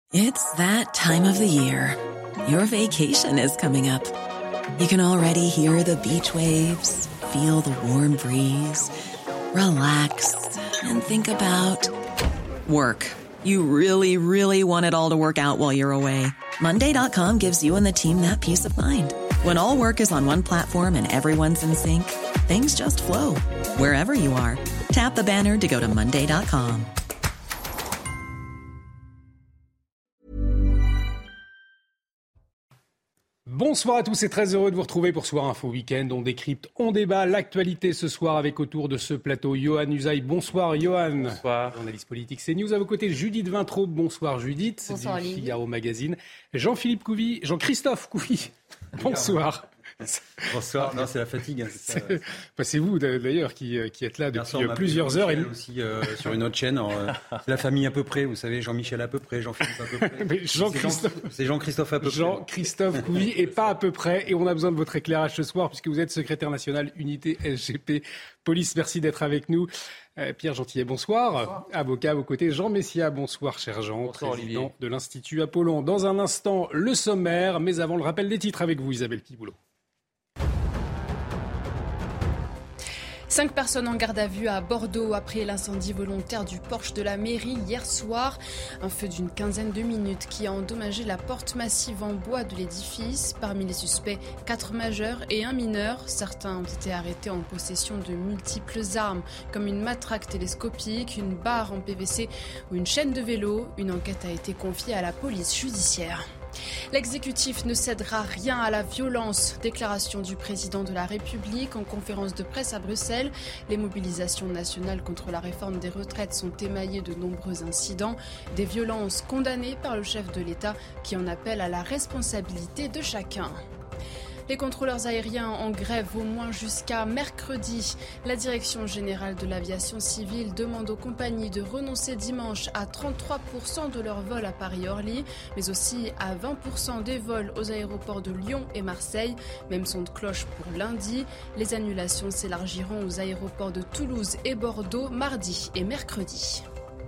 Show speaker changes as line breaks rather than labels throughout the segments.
It's that time of the year. Your vacation is coming up. You can already hear the beach waves, feel the warm breeze, relax, and think about work. You really, really want it all to work out while you're away. Monday.com gives you and the team that peace of mind. When all work is on one platform and everyone's in sync, things just flow. Wherever you are, tap the banner to go to Monday.com.
Bonsoir à tous et très heureux de vous retrouver pour Soir Info Week-end. On décrypte, on débat l'actualité ce soir avec autour de ce plateau Yohann Usaï. Bonsoir Yohann.
Bonsoir.
Journaliste politique CNews. À vos côtés Judith Vintraube. Bonsoir Judith.
Bonsoir,
du Figaro Magazine. Jean-Christophe Couvi. Bonsoir.
Bonsoir. Non, c'est la fatigue.
C'est vous d'ailleurs qui êtes là depuis plusieurs heures.
Et aussi sur une autre chaîne. C'est la famille à peu près. Vous savez, Jean-Michel à peu près, Jean-Philippe à peu près.
Mais
c'est Jean-Christophe à peu près.
Jean-Christophe Couvi et pas à peu près. Et on a besoin de votre éclairage ce soir puisque vous êtes secrétaire national unité SGP Police. Merci d'être avec nous. Pierre Gentillet, bonsoir. Avocat à vos côtés, Jean Messia, bonsoir cher Jean,
bonsoir,
président
Olivier.
de l'Institut Apollon. Dans un instant, le sommaire, mais avant le rappel des titres avec vous Isabelle Piboulot.
5 personnes en garde à vue à Bordeaux après l'incendie volontaire du porche de la mairie hier soir. Un feu d'une quinzaine de minutes qui a endommagé la porte massive en bois de l'édifice. Parmi les suspects, 4 majeurs et 1 mineur. Certains ont été arrêtés en possession de multiples armes, comme une matraque télescopique, une barre en PVC ou une chaîne de vélo. Une enquête a été confiée à la police judiciaire. L'exécutif ne cédera rien à la violence. Déclaration du président de la République en conférence de presse à Bruxelles. Les mobilisations nationales contre la réforme des retraites sont émaillées de nombreux incidents. Des violences condamnées par le chef de l'État qui en appelle à la responsabilité de chacun. Les contrôleurs aériens en grève au moins jusqu'à mercredi. La Direction générale de l'aviation civile demande aux compagnies de renoncer dimanche à 33% de leurs vols à Paris-Orly, mais aussi à 20% des vols aux aéroports de Lyon et Marseille. Même son de cloche pour lundi. Les annulations s'élargiront aux aéroports de Toulouse et Bordeaux mardi et mercredi.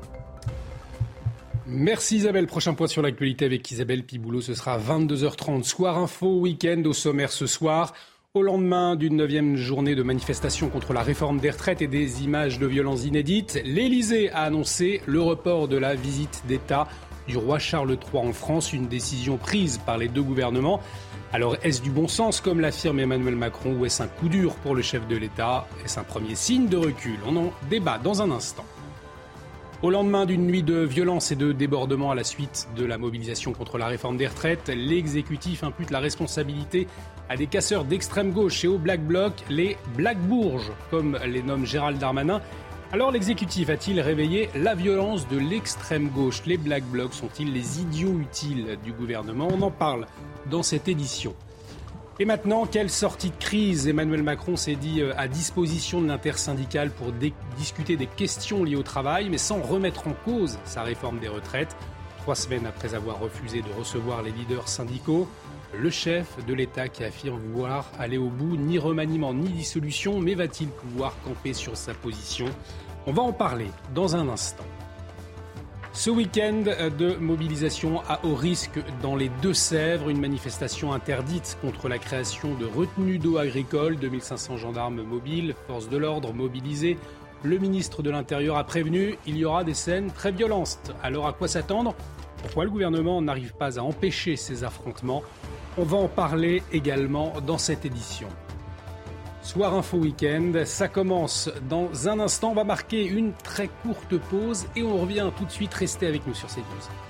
Merci Isabelle. Prochain point sur l'actualité avec Isabelle Piboulot. Ce sera 22h30. Soir Info Week-end au sommaire ce soir. Au lendemain d'une 9e journée de manifestation contre la réforme des retraites et des images de violences inédites, l'Élysée a annoncé le report de la visite d'État du roi Charles III en France. Une décision prise par les deux gouvernements. Alors est-ce du bon sens comme l'affirme Emmanuel Macron ou est-ce un coup dur pour le chef de l'État? Est-ce un premier signe de recul? On en débat dans un instant. Au lendemain d'une nuit de violence et de débordement à la suite de la mobilisation contre la réforme des retraites, l'exécutif impute la responsabilité à des casseurs d'extrême gauche et au Black Bloc, les Black Bourges, comme les nomme Gérald Darmanin. Alors l'exécutif a-t-il réveillé la violence de l'extrême gauche? Les Black Blocs sont-ils les idiots utiles du gouvernement? On en parle dans cette édition. Et maintenant, quelle sortie de crise? Emmanuel Macron s'est dit à disposition de l'intersyndicale pour discuter des questions liées au travail, mais sans remettre en cause sa réforme des retraites. 3 semaines après avoir refusé de recevoir les leaders syndicaux, le chef de l'État qui affirme vouloir aller au bout, ni remaniement ni dissolution, mais va-t-il pouvoir camper sur sa position? On va en parler dans un instant. Ce week-end de mobilisation à haut risque dans les Deux-Sèvres, une manifestation interdite contre la création de retenues d'eau agricoles, 2500 gendarmes mobiles, forces de l'ordre mobilisées. Le ministre de l'Intérieur a prévenu, il y aura des scènes très violentes. Alors à quoi s'attendre? Pourquoi le gouvernement n'arrive pas à empêcher ces affrontements? On va en parler également dans cette édition. Soir Info Week-end, ça commence dans un instant. On va marquer une très courte pause et on revient tout de suite. Restez avec nous sur CNews.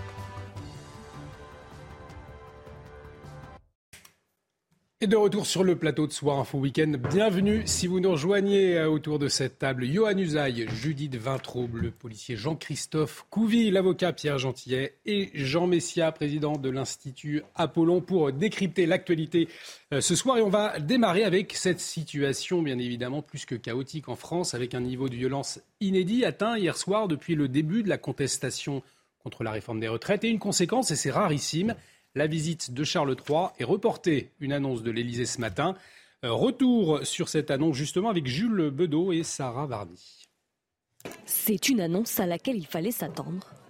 Et de retour sur le plateau de Soir Info Week-end. Bienvenue si vous nous rejoignez autour de cette table. Yohann Usaï, Judith Vintraube, le policier Jean-Christophe Couvi, l'avocat Pierre Gentillet et Jean Messia, président de l'Institut Apollon, pour décrypter l'actualité ce soir. Et on va démarrer avec cette situation, bien évidemment, plus que chaotique en France, avec un niveau de violence inédit atteint hier soir depuis le début de la contestation contre la réforme des retraites. Et une conséquence, et c'est rarissime, la visite de Charles III est reportée. Une annonce de l'Élysée ce matin. Retour sur cette annonce justement avec Jules Bedeau et Sarah Varny.
C'est une annonce à laquelle il fallait s'attendre.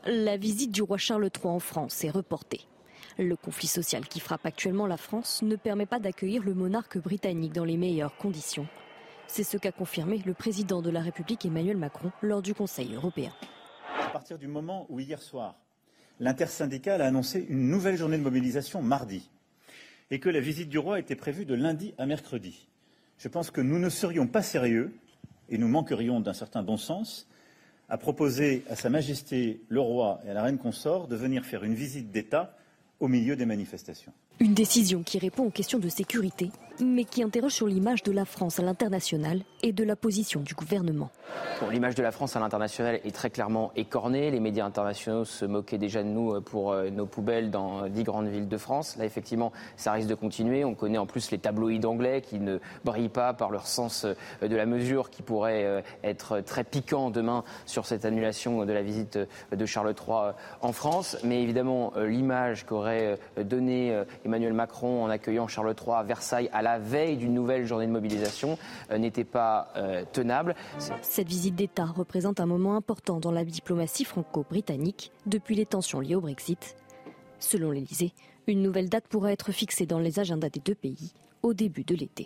La visite du roi Charles III en France est reportée. Le conflit social qui frappe actuellement la France ne permet pas d'accueillir le monarque britannique dans les meilleures conditions. C'est ce qu'a confirmé le président de la République Emmanuel Macron lors du Conseil européen.
À partir du moment où hier soir, l'intersyndicale a annoncé une nouvelle journée de mobilisation mardi et que la visite du roi était prévue de lundi à mercredi, je pense que nous ne serions pas sérieux et nous manquerions d'un certain bon sens à proposer à Sa Majesté le roi et à la reine consort de venir faire une visite d'État au milieu des manifestations.
Une décision qui répond aux questions de sécurité, mais qui interroge sur l'image de la France à l'international et de la position du gouvernement.
Bon, l'image de la France à l'international est très clairement écornée. Les médias internationaux se moquaient déjà de nous pour nos poubelles dans 10 grandes villes de France. Là, effectivement, ça risque de continuer. On connaît en plus les tabloïds anglais qui ne brillent pas par leur sens de la mesure, qui pourrait être très piquant demain sur cette annulation de la visite de Charles III en France. Mais évidemment, l'image qu'aurait donnée Emmanuel Macron en accueillant Charles III à Versailles à la veille d'une nouvelle journée de mobilisation n'était pas tenable.
Cette visite d'État représente un moment important dans la diplomatie franco-britannique depuis les tensions liées au Brexit. Selon l'Élysée, une nouvelle date pourrait être fixée dans les agendas des deux pays au début de l'été.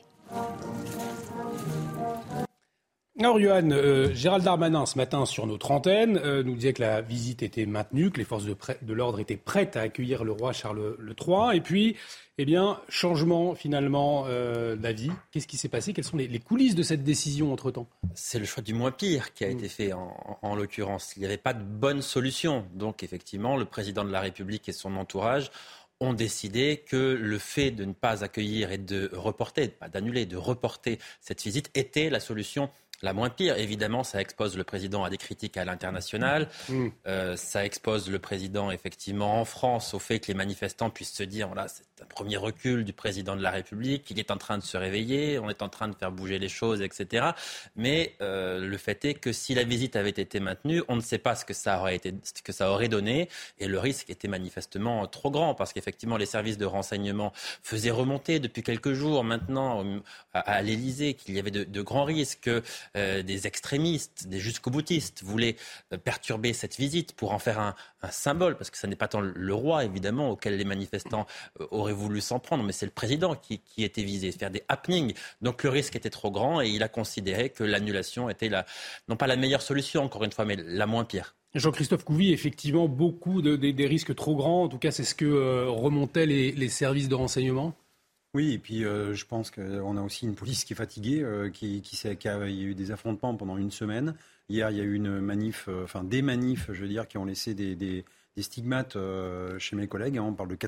Alors Johan, Gérald Darmanin ce matin sur notre antenne nous disait que la visite était maintenue, que les forces de l'ordre étaient prêtes à accueillir le roi Charles III. Et puis, changement finalement d'avis. Qu'est-ce qui s'est passé ? Quelles sont les coulisses de cette décision entre-temps ?
C'est le choix du moins pire qui a été fait en l'occurrence. Il n'y avait pas de bonne solution. Donc effectivement, le président de la République et son entourage ont décidé que le fait de ne pas accueillir et de reporter, pas d'annuler, de reporter cette visite était la solution la moins pire. Évidemment, ça expose le président à des critiques à l'international. Ça expose le président, effectivement, en France, au fait que les manifestants puissent se dire, voilà, c'est un premier recul du président de la République, il est en train de se réveiller, on est en train de faire bouger les choses, etc. Mais le fait est que si la visite avait été maintenue, on ne sait pas ce que ça aurait donné, et le risque était manifestement trop grand, parce qu'effectivement, les services de renseignement faisaient remonter depuis quelques jours maintenant à l'Élysée qu'il y avait de grands risques, des extrémistes, des jusqu'au-boutistes voulaient perturber cette visite pour en faire un symbole, parce que ce n'est pas tant le roi, évidemment, auquel les manifestants auraient voulu s'en prendre, mais c'est le président qui était visé, faire des happenings. Donc le risque était trop grand et il a considéré que l'annulation était non pas la meilleure solution, encore une fois, mais la moins pire.
Jean-Christophe Couvi, effectivement, beaucoup des risques trop grands. En tout cas, c'est ce que remontaient les services de renseignement.
Oui, et puis je pense qu'on a aussi une police qui est fatiguée, il y a eu des affrontements pendant une semaine. Hier, il y a eu des manifs, je veux dire, qui ont laissé des stigmates chez mes collègues. On parle de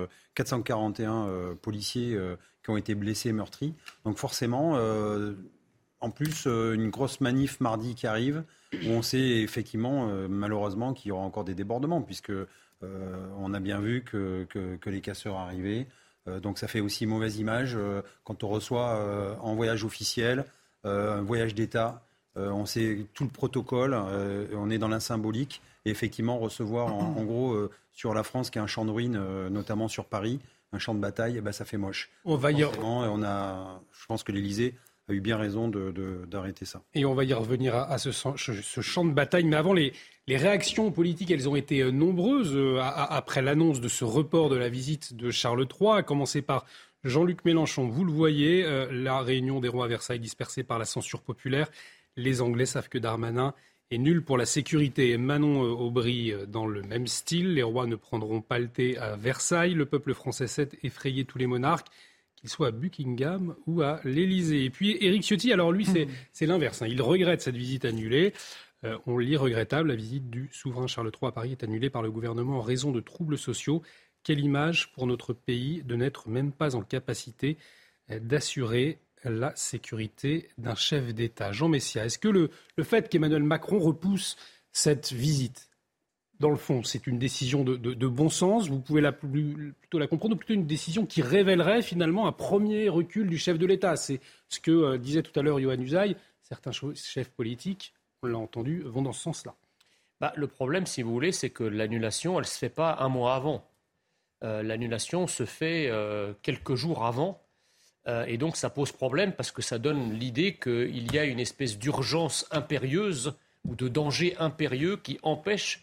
441 policiers qui ont été blessés, meurtris. Donc forcément, en plus, une grosse manif mardi qui arrive, où on sait effectivement, malheureusement, qu'il y aura encore des débordements, puisque on a bien vu que les casseurs arrivaient. Donc ça fait aussi mauvaise image quand on reçoit en voyage officiel, un voyage d'État, on sait tout le protocole, on est dans l'insymbolique. Et effectivement, recevoir en gros sur la France qui est un champ de ruines, notamment sur Paris, un champ de bataille, ça fait moche. Je pense que l'Élysée a eu bien raison d'arrêter ça.
Et on va y revenir à ce champ de bataille. Mais avant, les réactions politiques, elles ont été nombreuses après l'annonce de ce report de la visite de Charles III, à commencer par Jean-Luc Mélenchon. Vous le voyez, la réunion des rois à Versailles dispersée par la censure populaire. Les Anglais savent que Darmanin est nul pour la sécurité. Manon Aubry dans le même style. Les rois ne prendront pas le thé à Versailles. Le peuple français sait effrayer tous les monarques, qu'il soit à Buckingham ou à l'Élysée. Et puis Éric Ciotti, alors lui, c'est l'inverse. Il regrette cette visite annulée. On le lit regrettable. La visite du souverain Charles III à Paris est annulée par le gouvernement en raison de troubles sociaux. Quelle image pour notre pays de n'être même pas en capacité d'assurer la sécurité d'un chef d'État. Jean Messia, est-ce que le fait qu'Emmanuel Macron repousse cette visite, dans le fond, c'est une décision de bon sens ? Vous pouvez plutôt la comprendre, ou plutôt une décision qui révélerait finalement un premier recul du chef de l'État ? C'est ce que disait tout à l'heure Yohann Usaï. Certains chefs politiques, on l'a entendu, vont dans ce sens-là.
Le problème, si vous voulez, c'est que l'annulation, elle ne se fait pas un mois avant. L'annulation se fait quelques jours avant. Et donc ça pose problème parce que ça donne l'idée qu'il y a une espèce d'urgence impérieuse ou de danger impérieux qui empêche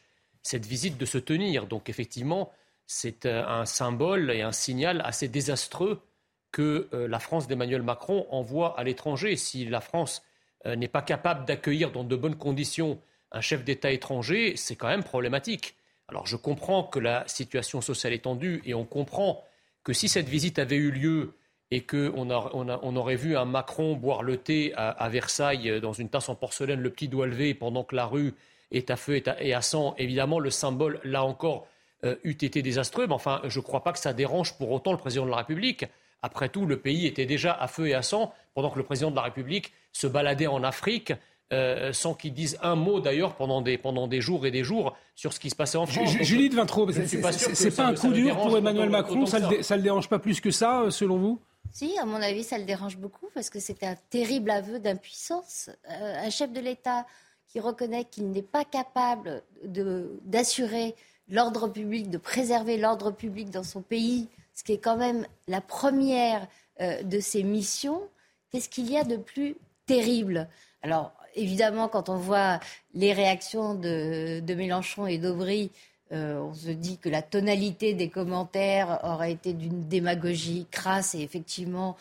cette visite de se tenir. Donc effectivement, c'est un symbole et un signal assez désastreux que la France d'Emmanuel Macron envoie à l'étranger. Si la France n'est pas capable d'accueillir dans de bonnes conditions un chef d'État étranger, c'est quand même problématique. Alors je comprends que la situation sociale est tendue et on comprend que si cette visite avait eu lieu et qu'on aurait vu un Macron boire le thé à Versailles dans une tasse en porcelaine, le petit doigt levé, pendant que la rue est à feu et à sang, évidemment le symbole, là encore, eût été désastreux. Mais enfin, je ne crois pas que ça dérange pour autant le président de la République. Après tout, le pays était déjà à feu et à sang pendant que le président de la République se baladait en Afrique sans qu'il dise un mot d'ailleurs pendant des jours et des jours sur ce qui se passait en France.
Julie de Vintraud, c'est pas un coup dur pour Emmanuel Macron, ça le dérange pas plus que ça, selon vous ?
Si, à mon avis, ça le dérange beaucoup parce que c'est un terrible aveu d'impuissance. Un chef de l'État qui reconnaît qu'il n'est pas capable d'assurer l'ordre public, de préserver l'ordre public dans son pays, ce qui est quand même la première de ses missions, qu'est-ce qu'il y a de plus terrible ? Alors, évidemment, quand on voit les réactions de Mélenchon et d'Aubry, on se dit que la tonalité des commentaires aurait été d'une démagogie crasse et effectivement,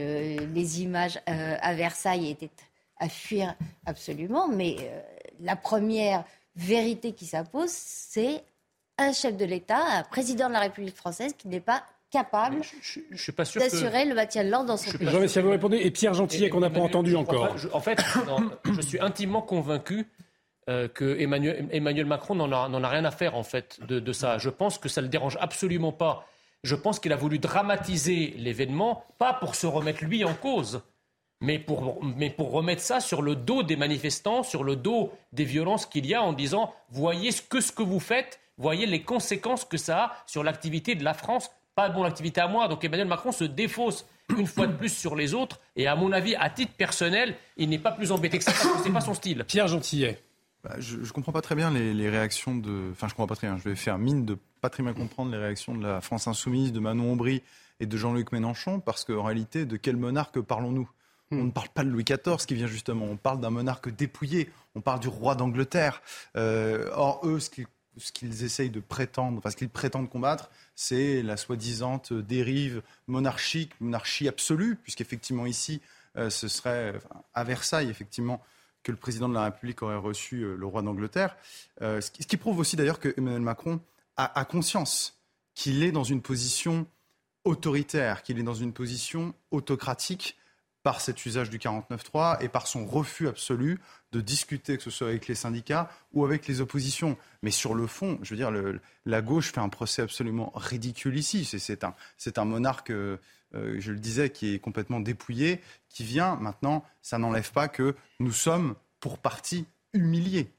les images à Versailles étaient à fuir absolument. Mais la première vérité qui s'impose, c'est un chef de l'État, un président de la République française qui n'est pas capable d'assurer le maintien de l'ordre dans son pays.
Jean-Messia, vous répondez. Et Pierre Gentillet, qu'on n'a pas entendu encore.
En fait, je suis intimement convaincu que Emmanuel Macron n'en a rien à faire en fait de ça. Je pense que ça ne le dérange absolument pas. Je pense qu'il a voulu dramatiser l'événement, pas pour se remettre lui en cause, mais pour remettre ça sur le dos des manifestants, sur le dos des violences qu'il y a, en disant « Voyez ce que vous faites, voyez les conséquences que ça a sur l'activité de la France, pas de mon activité à moi ». Donc Emmanuel Macron se défausse une fois de plus sur les autres, et à mon avis, à titre personnel, il n'est pas plus embêté que ça, parce que ce n'est pas son style.
Pierre Gentillet.
Je ne comprends pas très bien les réactions de... Enfin, je comprends pas très bien. Je vais faire mine de pas très bien comprendre les réactions de la France Insoumise, de Manon Aubry et de Jean-Luc Mélenchon, parce qu'en réalité, de quel monarque parlons-nous ? On ne parle pas de Louis XIV qui vient justement. On parle d'un monarque dépouillé. On parle du roi d'Angleterre. Or, eux, ce qu'ils essayent de prétendre, enfin ce qu'ils prétendent combattre, c'est la soi-disant dérive monarchique, monarchie absolue, puisqu'effectivement ici, ce serait à Versailles, effectivement, que le président de la République aurait reçu le roi d'Angleterre. Ce qui prouve aussi d'ailleurs que Emmanuel Macron a conscience qu'il est dans une position autoritaire, qu'il est dans une position autocratique par cet usage du 49.3 et par son refus absolu de discuter, que ce soit avec les syndicats ou avec les oppositions. Mais sur le fond, je veux dire, la gauche fait un procès absolument ridicule ici. C'est un monarque, je le disais, qui est complètement dépouillé, qui vient. Maintenant, ça n'enlève pas que nous sommes, pour partie, humiliés.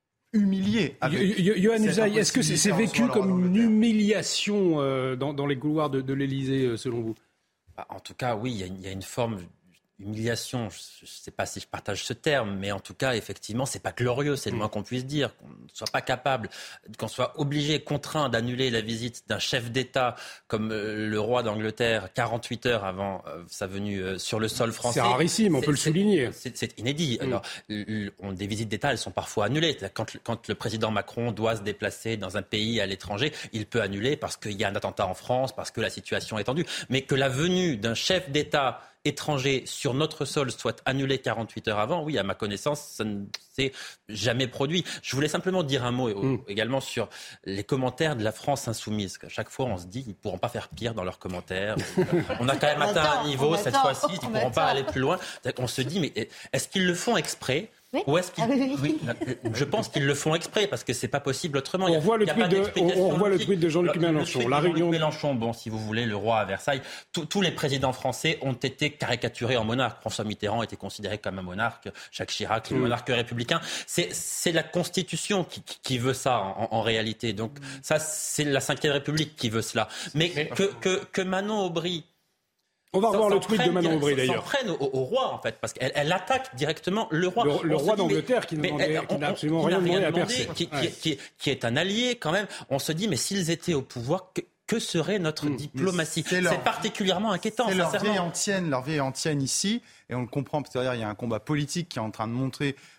Yohann Usaï, est-ce que c'est vécu comme une humiliation dans les couloirs de l'Élysée, selon vous ?
En tout cas, oui, il y a une forme d'humiliation. Je ne sais pas si je partage ce terme, mais en tout cas, effectivement, c'est pas glorieux, c'est le moins qu'on puisse dire. Qu'on ne soit pas capable, qu'on soit obligé, contraint d'annuler la visite d'un chef d'État comme le roi d'Angleterre 48 heures avant sa venue sur le sol français.
C'est rarissime, on peut le souligner.
C'est inédit. Alors, des visites d'État, elles sont parfois annulées. Quand le président Macron doit se déplacer dans un pays à l'étranger, il peut annuler parce qu'il y a un attentat en France, parce que la situation est tendue. Mais que la venue d'un chef d'État étranger sur notre sol soit annulé 48 heures avant, oui, à ma connaissance, ça ne s'est jamais produit. Je voulais simplement dire un mot également sur les commentaires de la France Insoumise. À chaque fois, on se dit qu'ils ne pourront pas faire pire dans leurs commentaires. On a quand même atteint un niveau cette fois-ci, ils ne pourront pas aller plus loin. On se dit, mais est-ce qu'ils le font exprès ?
Oui.
Ou est-ce qu'ils... Je pense qu'ils le font exprès parce que c'est pas possible autrement.
On voit le tweet de Jean-Luc Mélenchon. La réunion.
Mélenchon, bon, si vous voulez, le roi à Versailles. Tous les présidents français ont été caricaturés en monarques. François Mitterrand était considéré comme un monarque. Jacques Chirac, le monarque républicain. C'est la Constitution qui veut ça en réalité. Donc ça, c'est la Ve République qui veut cela. Mais que Manon Aubry.
On va revoir le tweet de Manon Aubry d'ailleurs.
S'en prenne au roi en fait, parce qu'elle attaque directement le roi.
Le roi d'Angleterre qui n'a absolument rien demandé à personne.
Qui est un allié quand même. On se dit, mais s'ils étaient au pouvoir, que serait notre diplomatie ? C'est particulièrement inquiétant.
C'est leur vieille antienne ici, et on le comprend parce que derrière il y a un combat politique qui est en train de montrer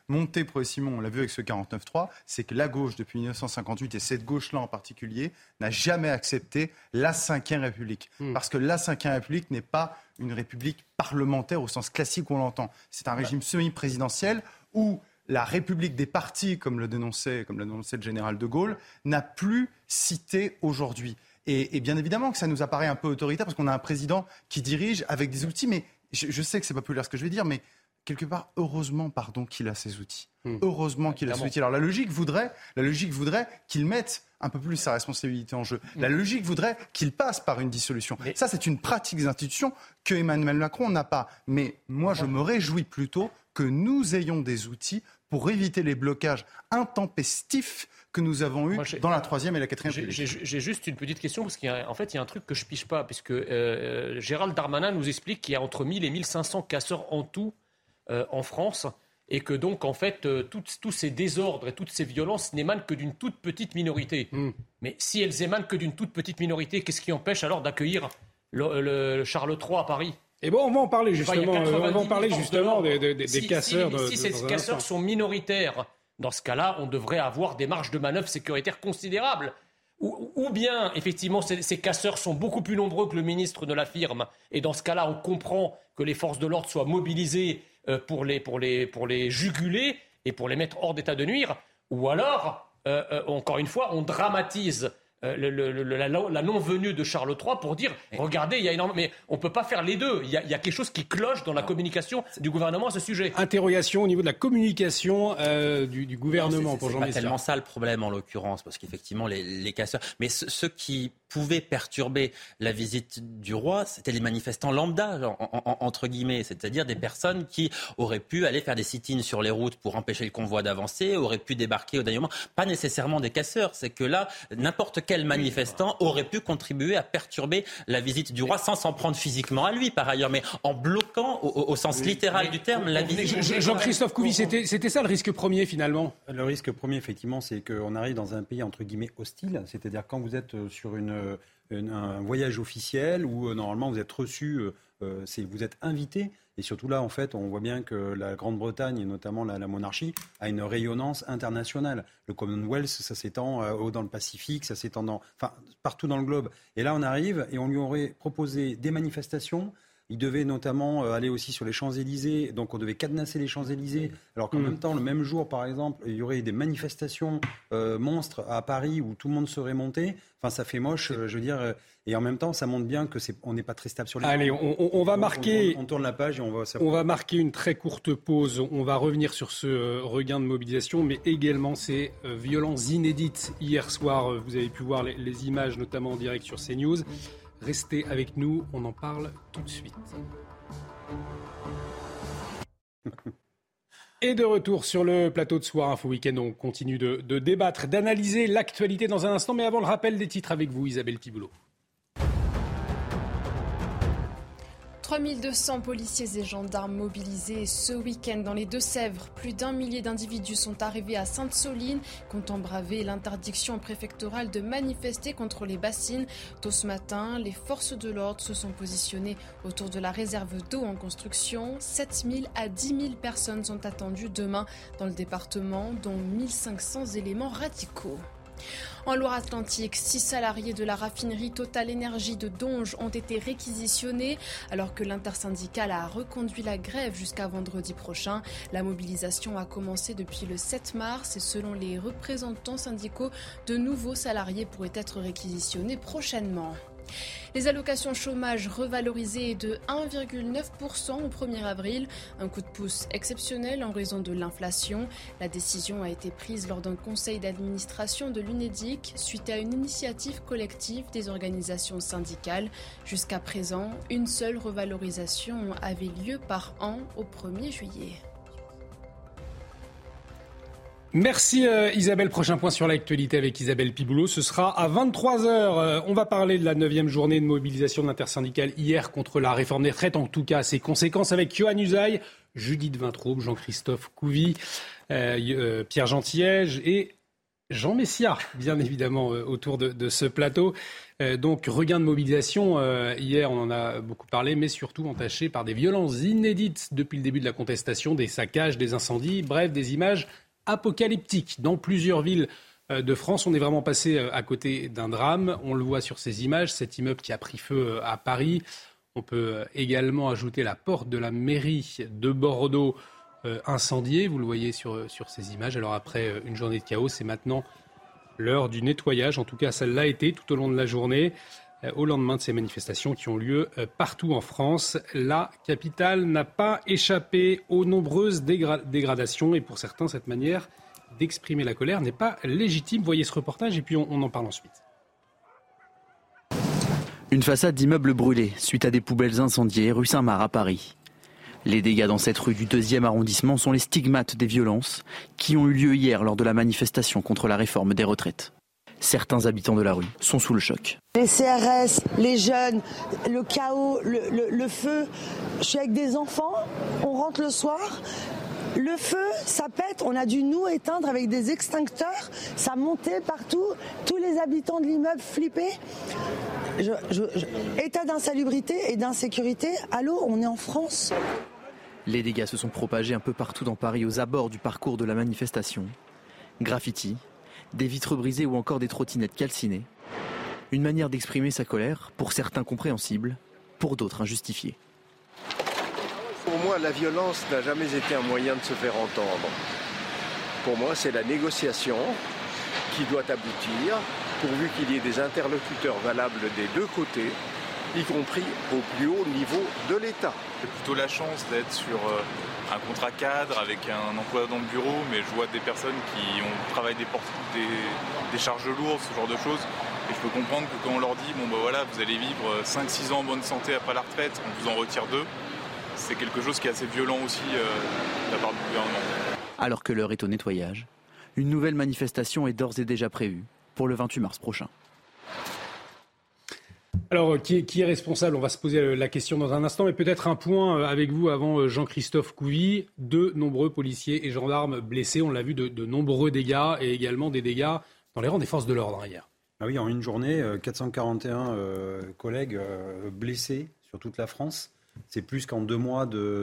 montée progressivement, on l'a vu avec ce 49.3, c'est que la gauche, depuis 1958, et cette gauche-là en particulier, n'a jamais accepté la Ve République. Parce que la Ve République n'est pas une république parlementaire au sens classique où on l'entend. C'est un régime semi-présidentiel où la République des partis, comme l'a dénoncé le général de Gaulle, n'a plus cité aujourd'hui. Et bien évidemment que ça nous apparaît un peu autoritaire parce qu'on a un président qui dirige avec des outils, mais je sais que c'est pas populaire ce que je vais dire, mais quelque part, heureusement, qu'il a ces outils. Heureusement qu'il a ces outils. Alors la logique voudrait qu'il mette un peu plus sa responsabilité en jeu. La logique voudrait qu'il passe par une dissolution. Ça, c'est une pratique des institutions que Emmanuel Macron n'a pas. Mais moi, je me réjouis plutôt que nous ayons des outils pour éviter les blocages intempestifs que nous avons eus dans la 3e et la 4e République.
J'ai juste une petite question, parce qu'il y a un truc que je ne pige pas, puisque Gérald Darmanin nous explique qu'il y a entre 1000 et 1500 casseurs en tout en France, et que donc, en fait, tous ces désordres et toutes ces violences n'émanent que d'une toute petite minorité. Mais si elles émanent que d'une toute petite minorité, qu'est-ce qui empêche alors d'accueillir le Charles III à Paris ?
Et bon, on va en parler justement. Des casseurs.
Si ces casseurs sont minoritaires, dans ce cas-là, on devrait avoir des marges de manœuvre sécuritaires considérables. Ou bien, effectivement, ces casseurs sont beaucoup plus nombreux que le ministre ne l'affirme. Et dans ce cas-là, on comprend que les forces de l'ordre soient mobilisées pour les juguler et pour les mettre hors d'état de nuire. Ou alors, encore une fois, on dramatise la non-venue de Charles III pour dire regardez, il y a énormément. Mais on ne peut pas faire les deux. Il y a quelque chose qui cloche dans la communication du gouvernement à ce sujet.
Interrogation au niveau de la communication du gouvernement pour Jean Messia.
C'est pas tellement ça le problème en l'occurrence, parce qu'effectivement les casseurs. Mais ceux qui pouvaient perturber la visite du roi, c'était les manifestants lambda, entre guillemets, c'est-à-dire des personnes qui auraient pu aller faire des sit-ins sur les routes pour empêcher le convoi d'avancer, auraient pu débarquer au dernier moment. Pas nécessairement des casseurs, c'est que là, n'importe quel manifestant aurait pu contribuer à perturber la visite du roi sans s'en prendre physiquement à lui, par ailleurs, mais en bloquant, au sens littéral du terme, la visite.
Jean-Christophe Couvi, c'était ça le risque premier, finalement ?
Le risque premier, effectivement, c'est qu'on arrive dans un pays, entre guillemets, hostile, c'est-à-dire quand vous êtes sur un voyage officiel où normalement vous êtes reçu, vous êtes invité. Et surtout là, en fait, on voit bien que la Grande-Bretagne, et notamment la monarchie, a une rayonnance internationale. Le Commonwealth, ça s'étend dans le Pacifique, ça s'étend partout dans le globe. Et là, on arrive et on lui aurait proposé des manifestations. Il devait notamment aller aussi sur les Champs-Élysées, donc on devait cadenasser les Champs-Élysées, alors qu'en même temps, le même jour, par exemple, il y aurait des manifestations monstres à Paris où tout le monde serait monté. Enfin, ça fait moche, je veux dire, et en même temps, ça montre bien que on n'est pas très stable sur les.
Allez, on va marquer.
On tourne la page et on va.
On va marquer une très courte pause. On va revenir sur ce regain de mobilisation, mais également ces violences inédites hier soir. Vous avez pu voir les images, notamment en direct sur CNews. Restez avec nous, on en parle tout de suite. Et de retour sur le plateau de Soir Info Week-end, on continue de débattre, d'analyser l'actualité dans un instant, mais avant le rappel des titres avec vous, Isabelle Piboulot.
3200 policiers et gendarmes mobilisés ce week-end dans les Deux-Sèvres. Plus d'1 millier d'individus sont arrivés à Sainte-Soline, comptant braver l'interdiction préfectorale de manifester contre les bassines. Tôt ce matin, les forces de l'ordre se sont positionnées autour de la réserve d'eau en construction. 7 000 à 10 000 personnes sont attendues demain dans le département, dont 1500 éléments radicaux. En Loire-Atlantique, 6 salariés de la raffinerie Total Énergie de Donges ont été réquisitionnés alors que l'intersyndicale a reconduit la grève jusqu'à vendredi prochain. La mobilisation a commencé depuis le 7 mars et selon les représentants syndicaux, de nouveaux salariés pourraient être réquisitionnés prochainement. Les allocations chômage revalorisées de 1,9% au 1er avril, un coup de pouce exceptionnel en raison de l'inflation. La décision a été prise lors d'un conseil d'administration de l'UNEDIC suite à une initiative collective des organisations syndicales. Jusqu'à présent, une seule revalorisation avait lieu par an au 1er juillet.
Merci Isabelle. Prochain point sur l'actualité avec Isabelle Piboulot. Ce sera à 23h. On va parler de la 9e journée de mobilisation de l'intersyndicale hier contre la réforme des retraites. En tout cas, ses conséquences avec Yohann Usaï, Judith Vintraube, Jean-Christophe Couvi, Pierre Gentillet et Jean Messia, bien évidemment, autour de ce plateau. Donc, regain de mobilisation. Hier, on en a beaucoup parlé, mais surtout entaché par des violences inédites depuis le début de la contestation, des saccages, des incendies, bref, des images apocalyptiques. Dans plusieurs villes de France, on est vraiment passé à côté d'un drame. On le voit sur ces images, cet immeuble qui a pris feu à Paris. On peut également ajouter la porte de la mairie de Bordeaux incendiée. Vous le voyez sur ces images. Alors après une journée de chaos, c'est maintenant l'heure du nettoyage. En tout cas, ça l'a été tout au long de la journée. Au lendemain de ces manifestations qui ont lieu partout en France, la capitale n'a pas échappé aux nombreuses dégradations. Et pour certains, cette manière d'exprimer la colère n'est pas légitime. Voyez ce reportage et puis on en parle ensuite.
Une façade d'immeuble brûlée suite à des poubelles incendiées rue Saint-Marc à Paris. Les dégâts dans cette rue du 2e arrondissement sont les stigmates des violences qui ont eu lieu hier lors de la manifestation contre la réforme des retraites. Certains habitants de la rue sont sous le choc.
Les CRS, les jeunes, le chaos, le feu. Je suis avec des enfants, on rentre le soir. Le feu, ça pète, on a dû nous éteindre avec des extincteurs, ça montait partout, tous les habitants de l'immeuble flippaient. État d'insalubrité et d'insécurité, allô, on est en France.
Les dégâts se sont propagés un peu partout dans Paris aux abords du parcours de la manifestation. Graffitis, des vitres brisées ou encore des trottinettes calcinées. Une manière d'exprimer sa colère, pour certains compréhensible, pour d'autres injustifiée.
Pour moi, la violence n'a jamais été un moyen de se faire entendre. Pour moi, c'est la négociation qui doit aboutir, pourvu qu'il y ait des interlocuteurs valables des deux côtés, y compris au plus haut niveau de l'État.
J'ai plutôt la chance d'être sur un contrat cadre avec un emploi dans le bureau, mais je vois des personnes qui travaillent des charges lourdes, ce genre de choses. Et je peux comprendre que quand on leur dit, vous allez vivre 5-6 ans en bonne santé après la retraite, on vous en retire 2. C'est quelque chose qui est assez violent aussi de la part du gouvernement. Alors
que l'heure est au nettoyage, une nouvelle manifestation est d'ores et déjà prévue pour le 28 mars prochain.
Alors, qui est responsable ? On va se poser la question dans un instant, mais peut-être un point avec vous avant Jean-Christophe Couvi. De nombreux policiers et gendarmes blessés, on l'a vu, de nombreux dégâts et également des dégâts dans les rangs des forces de l'ordre hier.
Ah oui, en une journée, 441 collègues blessés sur toute la France. C'est plus qu'en 2 mois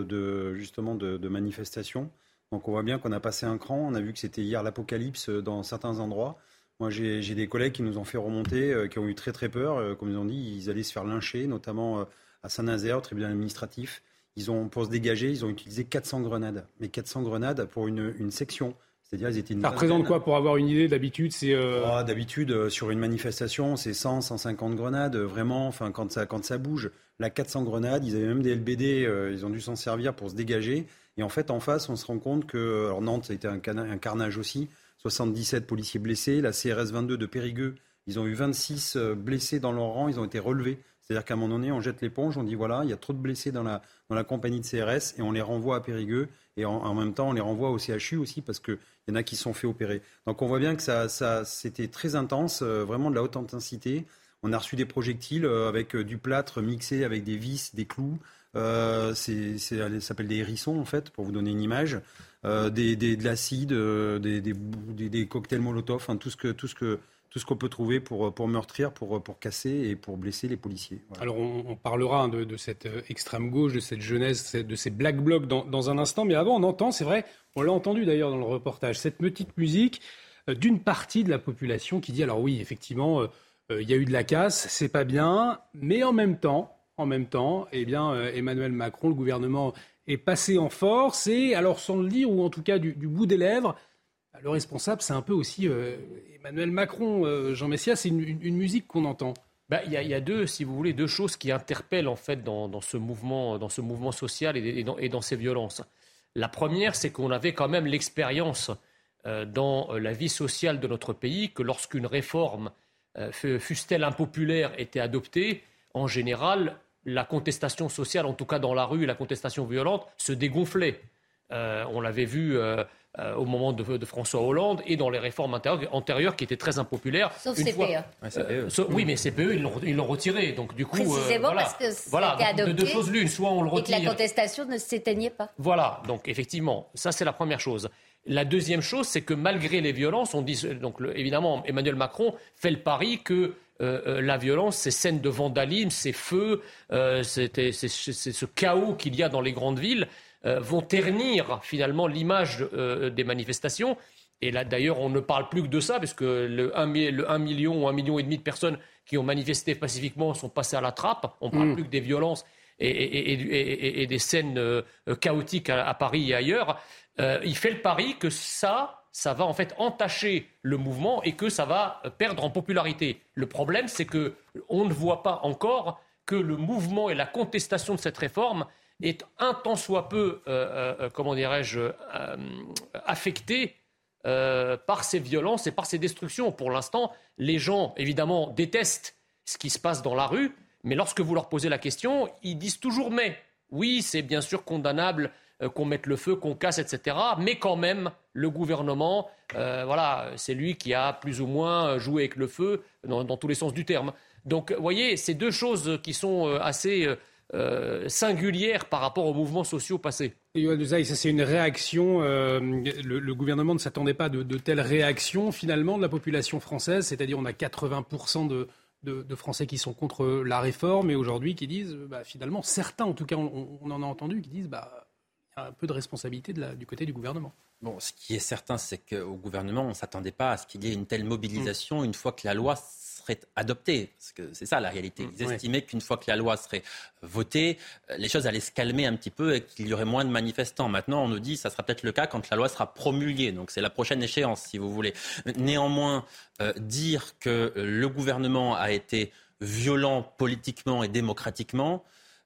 de manifestations. Donc on voit bien qu'on a passé un cran. On a vu que c'était hier l'apocalypse dans certains endroits. Moi, j'ai des collègues qui nous ont fait remonter, qui ont eu très très peur. Comme ils ont dit, ils allaient se faire lyncher, notamment à Saint-Nazaire, au tribunal administratif. Pour se dégager, ils ont utilisé 400 grenades. Mais 400 grenades pour une section. C'est-à-dire, ils étaient une...
Ça représente quoi pour avoir une idée d'habitude
D'habitude, sur une manifestation, c'est 100, 150 grenades. Vraiment, quand ça bouge. Là, 400 grenades, ils avaient même des LBD, ils ont dû s'en servir pour se dégager. Et en fait, en face, on se rend compte que... Alors Nantes, ça a été un carnage aussi. 77 policiers blessés. La CRS 22 de Périgueux, ils ont eu 26 blessés dans leur rang. Ils ont été relevés. C'est-à-dire qu'à un moment donné, on jette l'éponge, on dit voilà, il y a trop de blessés dans la compagnie de CRS et on les renvoie à Périgueux. Et en même temps, on les renvoie au CHU aussi parce qu'il y en a qui se sont fait opérer. Donc on voit bien que ça c'était très intense, vraiment de la haute intensité. On a reçu des projectiles avec du plâtre mixé avec des vis, des clous. Ça s'appelle des hérissons en fait, pour vous donner une image. De l'acide, des cocktails Molotov, enfin, tout ce qu'on peut trouver pour meurtrir, pour casser et pour blesser les policiers. Voilà.
Alors on parlera de cette extrême gauche, de cette jeunesse, de ces black blocs dans un instant. Mais avant, on entend, c'est vrai, on l'a entendu d'ailleurs dans le reportage, cette petite musique d'une partie de la population qui dit alors oui, effectivement, il y a eu de la casse, c'est pas bien, mais en même temps, eh bien, Emmanuel Macron, le gouvernement est passé en force et alors sans le dire ou en tout cas du bout des lèvres. Le responsable, c'est un peu aussi Emmanuel Macron. Jean Messia, c'est une musique qu'on entend.
Il y a deux choses qui interpellent en fait dans ce mouvement social et dans ces violences. La première, c'est qu'on avait quand même l'expérience dans la vie sociale de notre pays que lorsqu'une réforme, fût-elle impopulaire, était adoptée, en général, la contestation sociale, en tout cas dans la rue, la contestation violente, se dégonflait. On l'avait vu au moment de François Hollande et dans les réformes antérieures qui étaient très impopulaires.
Sauf CPE.
Oui, mais CPE, ils l'ont retiré. Donc, du coup,
précisément parce que c'était adopté
de deux choses l'une. Soit on le retire.
Et que la contestation ne s'éteignait pas.
Voilà. Donc, effectivement, ça, c'est la première chose. La deuxième chose, c'est que malgré les violences, on dit, donc évidemment, Emmanuel Macron fait le pari que la violence, ces scènes de vandalisme, ces feux, c'est ce chaos qu'il y a dans les grandes villes, vont ternir finalement l'image des manifestations. Et là, d'ailleurs, on ne parle plus que de ça, parce que le 1 million ou 1,5 million de personnes qui ont manifesté pacifiquement sont passées à la trappe. On ne parle plus que des violences et des scènes chaotiques à Paris et ailleurs. Il fait le pari que ça va en fait entacher le mouvement et que ça va perdre en popularité. Le problème, c'est qu'on ne voit pas encore que le mouvement et la contestation de cette réforme est un tant soit peu, affecté par ces violences et par ces destructions. Pour l'instant, les gens, évidemment, détestent ce qui se passe dans la rue, mais lorsque vous leur posez la question, ils disent toujours « mais ». Oui, c'est bien sûr condamnable qu'on mette le feu, qu'on casse, etc. Mais quand même, le gouvernement, c'est lui qui a plus ou moins joué avec le feu dans tous les sens du terme. Donc, vous voyez, c'est deux choses qui sont assez singulières par rapport aux mouvements sociaux passés.
Et Yohann Usaï, ça c'est une réaction. Le gouvernement ne s'attendait pas de telles réactions finalement de la population française. C'est-à-dire on a 80% de Français qui sont contre la réforme et aujourd'hui qui disent, finalement, certains en tout cas, on en a entendu, qui disent il y a un peu de responsabilité du côté du gouvernement.
Bon, ce qui est certain, c'est qu'au gouvernement, on ne s'attendait pas à ce qu'il y ait une telle mobilisation une fois que la loi serait adoptée. Parce que c'est ça la réalité. Ils estimaient qu'une fois que la loi serait votée, les choses allaient se calmer un petit peu et qu'il y aurait moins de manifestants. Maintenant, on nous dit que ça sera peut-être le cas quand la loi sera promulguée. Donc c'est la prochaine échéance, si vous voulez. Néanmoins, dire que le gouvernement a été violent politiquement et démocratiquement,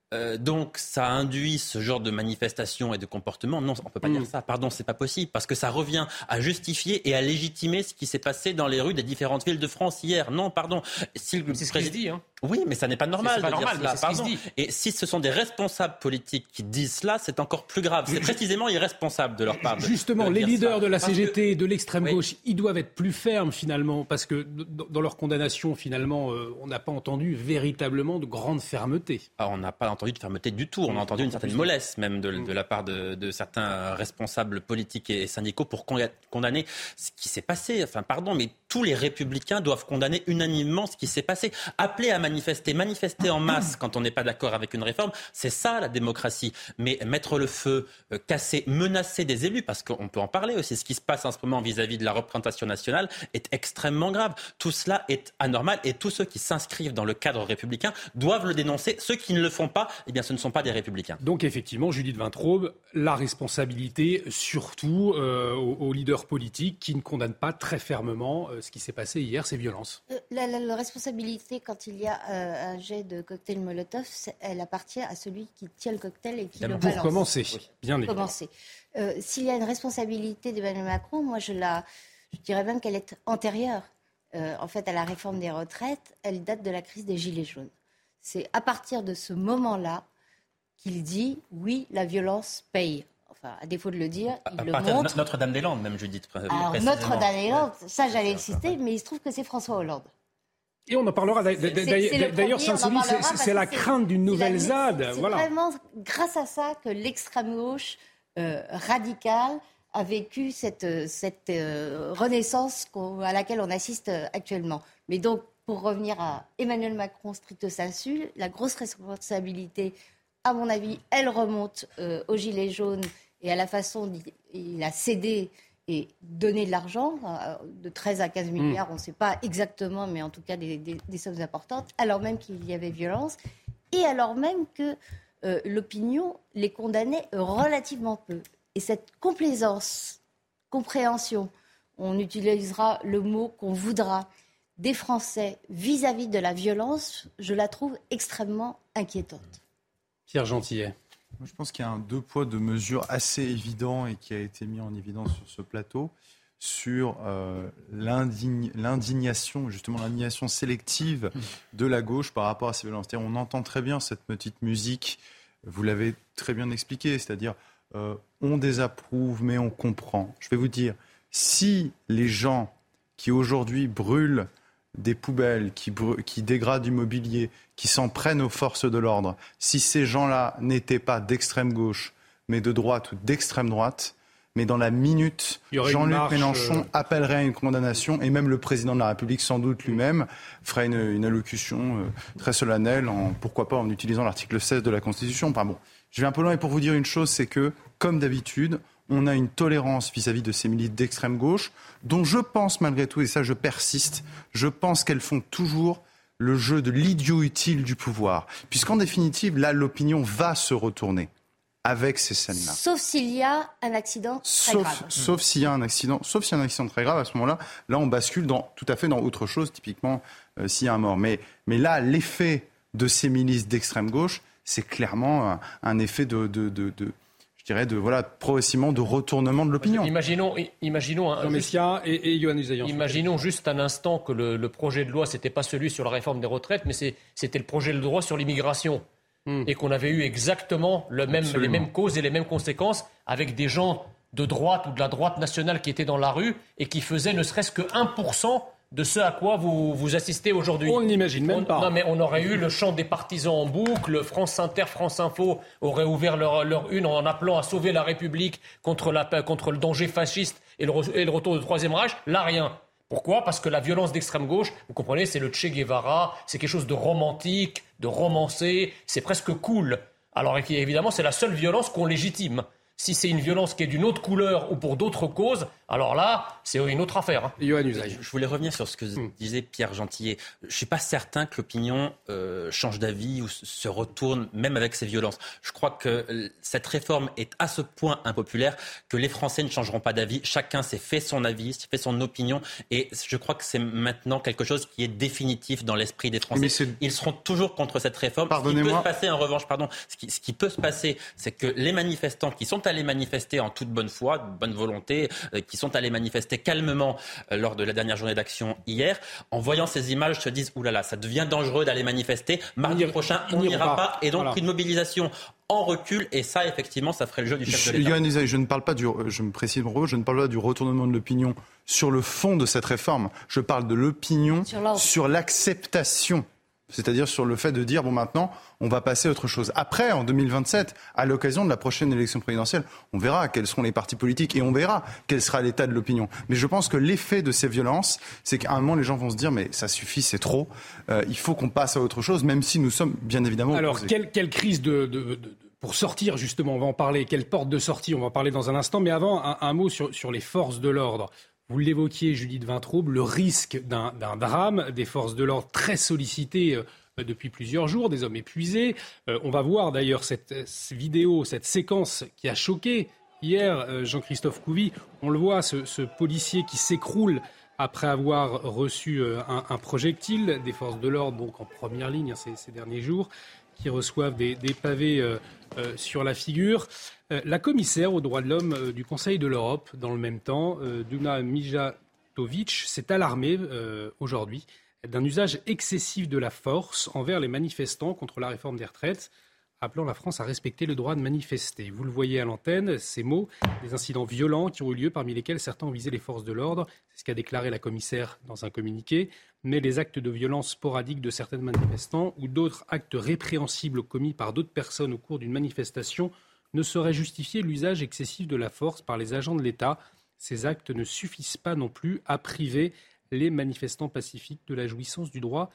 donc ça induit ce genre de manifestation et de comportement. Non, on ne peut pas dire ça. Pardon, c'est pas possible parce que ça revient à justifier et à légitimer ce qui s'est passé dans les rues des différentes villes de France hier. Non, pardon.
C'est ce qui se dit, hein.
Oui, mais ça n'est pas normal
c'est pas
de dire
normal,
cela. Pardon. Et si ce sont des responsables politiques qui disent cela, c'est encore plus grave. C'est précisément irresponsable de leur part.
Justement, les leaders de la CGT et de l'extrême gauche, ils doivent être plus fermes finalement, parce que dans leur condamnation, finalement, on n'a pas entendu véritablement de grande fermeté.
On n'a pas entendu de fermeté du tout. On a entendu une certaine mollesse même de la part de certains responsables politiques et syndicaux pour condamner ce qui s'est passé. Enfin, pardon, mais tous les républicains doivent condamner unanimement ce qui s'est passé. Appeler à manifester en masse quand on n'est pas d'accord avec une réforme, c'est ça la démocratie. Mais mettre le feu, casser, menacer des élus, parce qu'on peut en parler aussi, ce qui se passe en ce moment vis-à-vis de la représentation nationale est extrêmement grave. Tout cela est anormal et tous ceux qui s'inscrivent dans le cadre républicain doivent le dénoncer. Ceux qui ne le font pas, eh bien ce ne sont pas des républicains.
Donc effectivement, Judith Vintraube, la responsabilité surtout aux leaders politiques qui ne condamnent pas très fermement ce qui s'est passé hier, ces violences.
La responsabilité quand il y a un jet de cocktail Molotov, elle appartient à celui qui tient le cocktail et qui le balance.
Pour commencer, bien évidemment.
S'il y a une responsabilité d'Emmanuel Macron, moi je dirais même qu'elle est antérieure en fait à la réforme des retraites. Elle date de la crise des Gilets jaunes. C'est à partir de ce moment-là qu'il dit oui, la violence paye. Enfin, à défaut de le dire, il le montre.
Notre-Dame-des-Landes, même Judith.
Alors, Notre-Dame-des-Landes, ça j'allais le citer, mais il se trouve que c'est François Hollande.
Et on en parlera d'ailleurs, Saint-Soumis, c'est la crainte d'une nouvelle ZAD.
C'est vraiment grâce à ça que l'extrême gauche radicale a vécu cette renaissance à laquelle on assiste actuellement. Mais donc, pour revenir à Emmanuel Macron stricto sensu, la grosse responsabilité, à mon avis, elle remonte aux Gilets jaunes et à la façon dont il a cédé et donné de l'argent, de 13 à 15 milliards, on ne sait pas exactement, mais en tout cas des sommes importantes, alors même qu'il y avait violence, et alors même que l'opinion les condamnait relativement peu. Et cette compréhension, on utilisera le mot qu'on voudra, des Français vis-à-vis de la violence, je la trouve extrêmement inquiétante.
Pierre Gentillet.
Je pense qu'il y a un deux poids, deux mesures assez évident et qui a été mis en évidence sur ce plateau sur l'indignation sélective de la gauche par rapport à ces violences. On entend très bien cette petite musique, vous l'avez très bien expliqué, c'est-à-dire on désapprouve mais on comprend. Je vais vous dire, si les gens qui aujourd'hui brûlent des poubelles, qui dégradent du mobilier, qui s'en prennent aux forces de l'ordre, si ces gens-là n'étaient pas d'extrême gauche, mais de droite ou d'extrême droite, mais dans la minute, Jean-Luc Mélenchon appellerait à une condamnation et même le président de la République, sans doute lui-même, ferait une allocution très solennelle, pourquoi pas en utilisant l'article 16 de la Constitution. Enfin bon, je vais un peu loin et pour vous dire une chose, c'est que, comme d'habitude, on a une tolérance vis-à-vis de ces milices d'extrême gauche, dont je pense malgré tout, et ça je persiste, je pense qu'elles font toujours le jeu de l'idiot utile du pouvoir. Puisqu'en définitive, là, l'opinion va se retourner avec ces scènes-là.
Sauf s'il y a un accident très grave.
Sauf s'il y a un accident très grave, à ce moment-là, on bascule tout à fait dans autre chose, typiquement s'il y a un mort. Mais là, l'effet de ces milices d'extrême gauche, c'est clairement un effet progressivement de retournement de l'opinion.
Imaginons
Jean Messia et Yohann Usaïan.
Imaginons juste un instant que le projet de loi, c'était pas celui sur la réforme des retraites, mais c'était le projet de loi sur l'immigration. Et qu'on avait eu exactement les mêmes causes et les mêmes conséquences avec des gens de droite ou de la droite nationale qui étaient dans la rue et qui faisaient ne serait-ce que 1% de ce à quoi vous assistez aujourd'hui.
On n'imagine même pas.
Non, mais on aurait eu le chant des partisans en boucle, France Inter, France Info auraient ouvert leur une en appelant à sauver la République contre le danger fasciste et le retour du Troisième Reich. Là, rien. Pourquoi ? Parce que la violence d'extrême gauche, vous comprenez, c'est le Che Guevara, c'est quelque chose de romantique, de romancé, c'est presque cool. Alors évidemment, c'est la seule violence qu'on légitime. Si c'est une violence qui est d'une autre couleur ou pour d'autres causes, alors là, c'est une autre affaire. Hein.
Je voulais revenir sur ce que disait Pierre Gentillet. Je ne suis pas certain que l'opinion change d'avis ou se retourne, même avec ces violences. Je crois que cette réforme est à ce point impopulaire que les Français ne changeront pas d'avis. Chacun s'est fait son avis, s'est fait son opinion. Et je crois que c'est maintenant quelque chose qui est définitif dans l'esprit des Français. Ils seront toujours contre cette réforme. Ce qui peut se passer, en revanche, ce qui peut se passer, c'est que les manifestants qui sont allés manifester en toute bonne foi, de bonne volonté, qui sont allés manifester calmement lors de la dernière journée d'action hier, en voyant ces images, se disent « Oulala, ça devient dangereux d'aller manifester. Mardi prochain, on n'ira pas. » Et donc, une mobilisation en recul. Et ça, effectivement, ça ferait le jeu du chef de l'État.
Yohann Usaï, je ne parle pas du retournement de l'opinion sur le fond de cette réforme. Je parle de l'opinion sur l'acceptation. C'est-à-dire sur le fait de dire, maintenant, on va passer à autre chose. Après, en 2027, à l'occasion de la prochaine élection présidentielle, on verra quels seront les partis politiques et on verra quel sera l'état de l'opinion. Mais je pense que l'effet de ces violences, c'est qu'à un moment, les gens vont se dire, mais ça suffit, c'est trop. Il faut qu'on passe à autre chose, même si nous sommes bien évidemment opposés.
Alors, quelle crise pour sortir, justement, on va en parler. Quelle porte de sortie, on va en parler dans un instant. Mais avant, un mot sur les forces de l'ordre. Vous l'évoquiez, Judith Vintraube, le risque d'un drame, des forces de l'ordre très sollicitées depuis plusieurs jours, des hommes épuisés. On va voir d'ailleurs cette vidéo, cette séquence qui a choqué hier Jean-Christophe Couvi. On le voit, ce policier qui s'écroule après avoir reçu un projectile des forces de l'ordre, donc en première ligne ces derniers jours, qui reçoivent des pavés sur la figure. La commissaire aux droits de l'homme du Conseil de l'Europe, dans le même temps, Duna Mijatovic, s'est alarmée aujourd'hui d'un usage excessif de la force envers les manifestants contre la réforme des retraites, appelant la France à respecter le droit de manifester. Vous le voyez à l'antenne, ces mots, des incidents violents qui ont eu lieu, parmi lesquels certains ont visé les forces de l'ordre. C'est ce qu'a déclaré la commissaire dans un communiqué. Mais les actes de violence sporadiques de certains manifestants ou d'autres actes répréhensibles commis par d'autres personnes au cours d'une manifestation ne sauraient justifier l'usage excessif de la force par les agents de l'État. Ces actes ne suffisent pas non plus à priver les manifestants pacifiques de la jouissance du droit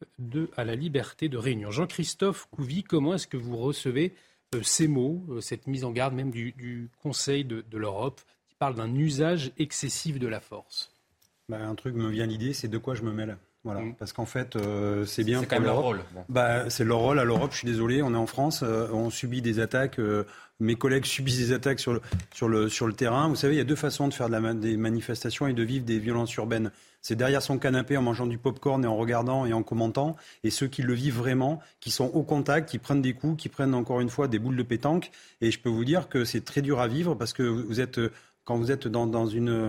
à la liberté de réunion. Jean-Christophe Couvi, comment est-ce que vous recevez ces mots, cette mise en garde même du Conseil de l'Europe qui parle d'un usage excessif de la force ?
Un truc me vient à l'idée, c'est de quoi je me mêle. Voilà. Parce qu'en fait, c'est bien.
C'est quand même leur rôle.
Bon. C'est leur rôle à l'Europe. Je suis désolé, on est en France, on subit des attaques. Mes collègues subissent des attaques sur le terrain. Vous savez, il y a deux façons de faire des manifestations et de vivre des violences urbaines. C'est derrière son canapé en mangeant du popcorn et en regardant et en commentant. Et ceux qui le vivent vraiment, qui sont au contact, qui prennent des coups, qui prennent encore une fois des boules de pétanque. Et je peux vous dire que c'est très dur à vivre parce que quand vous êtes dans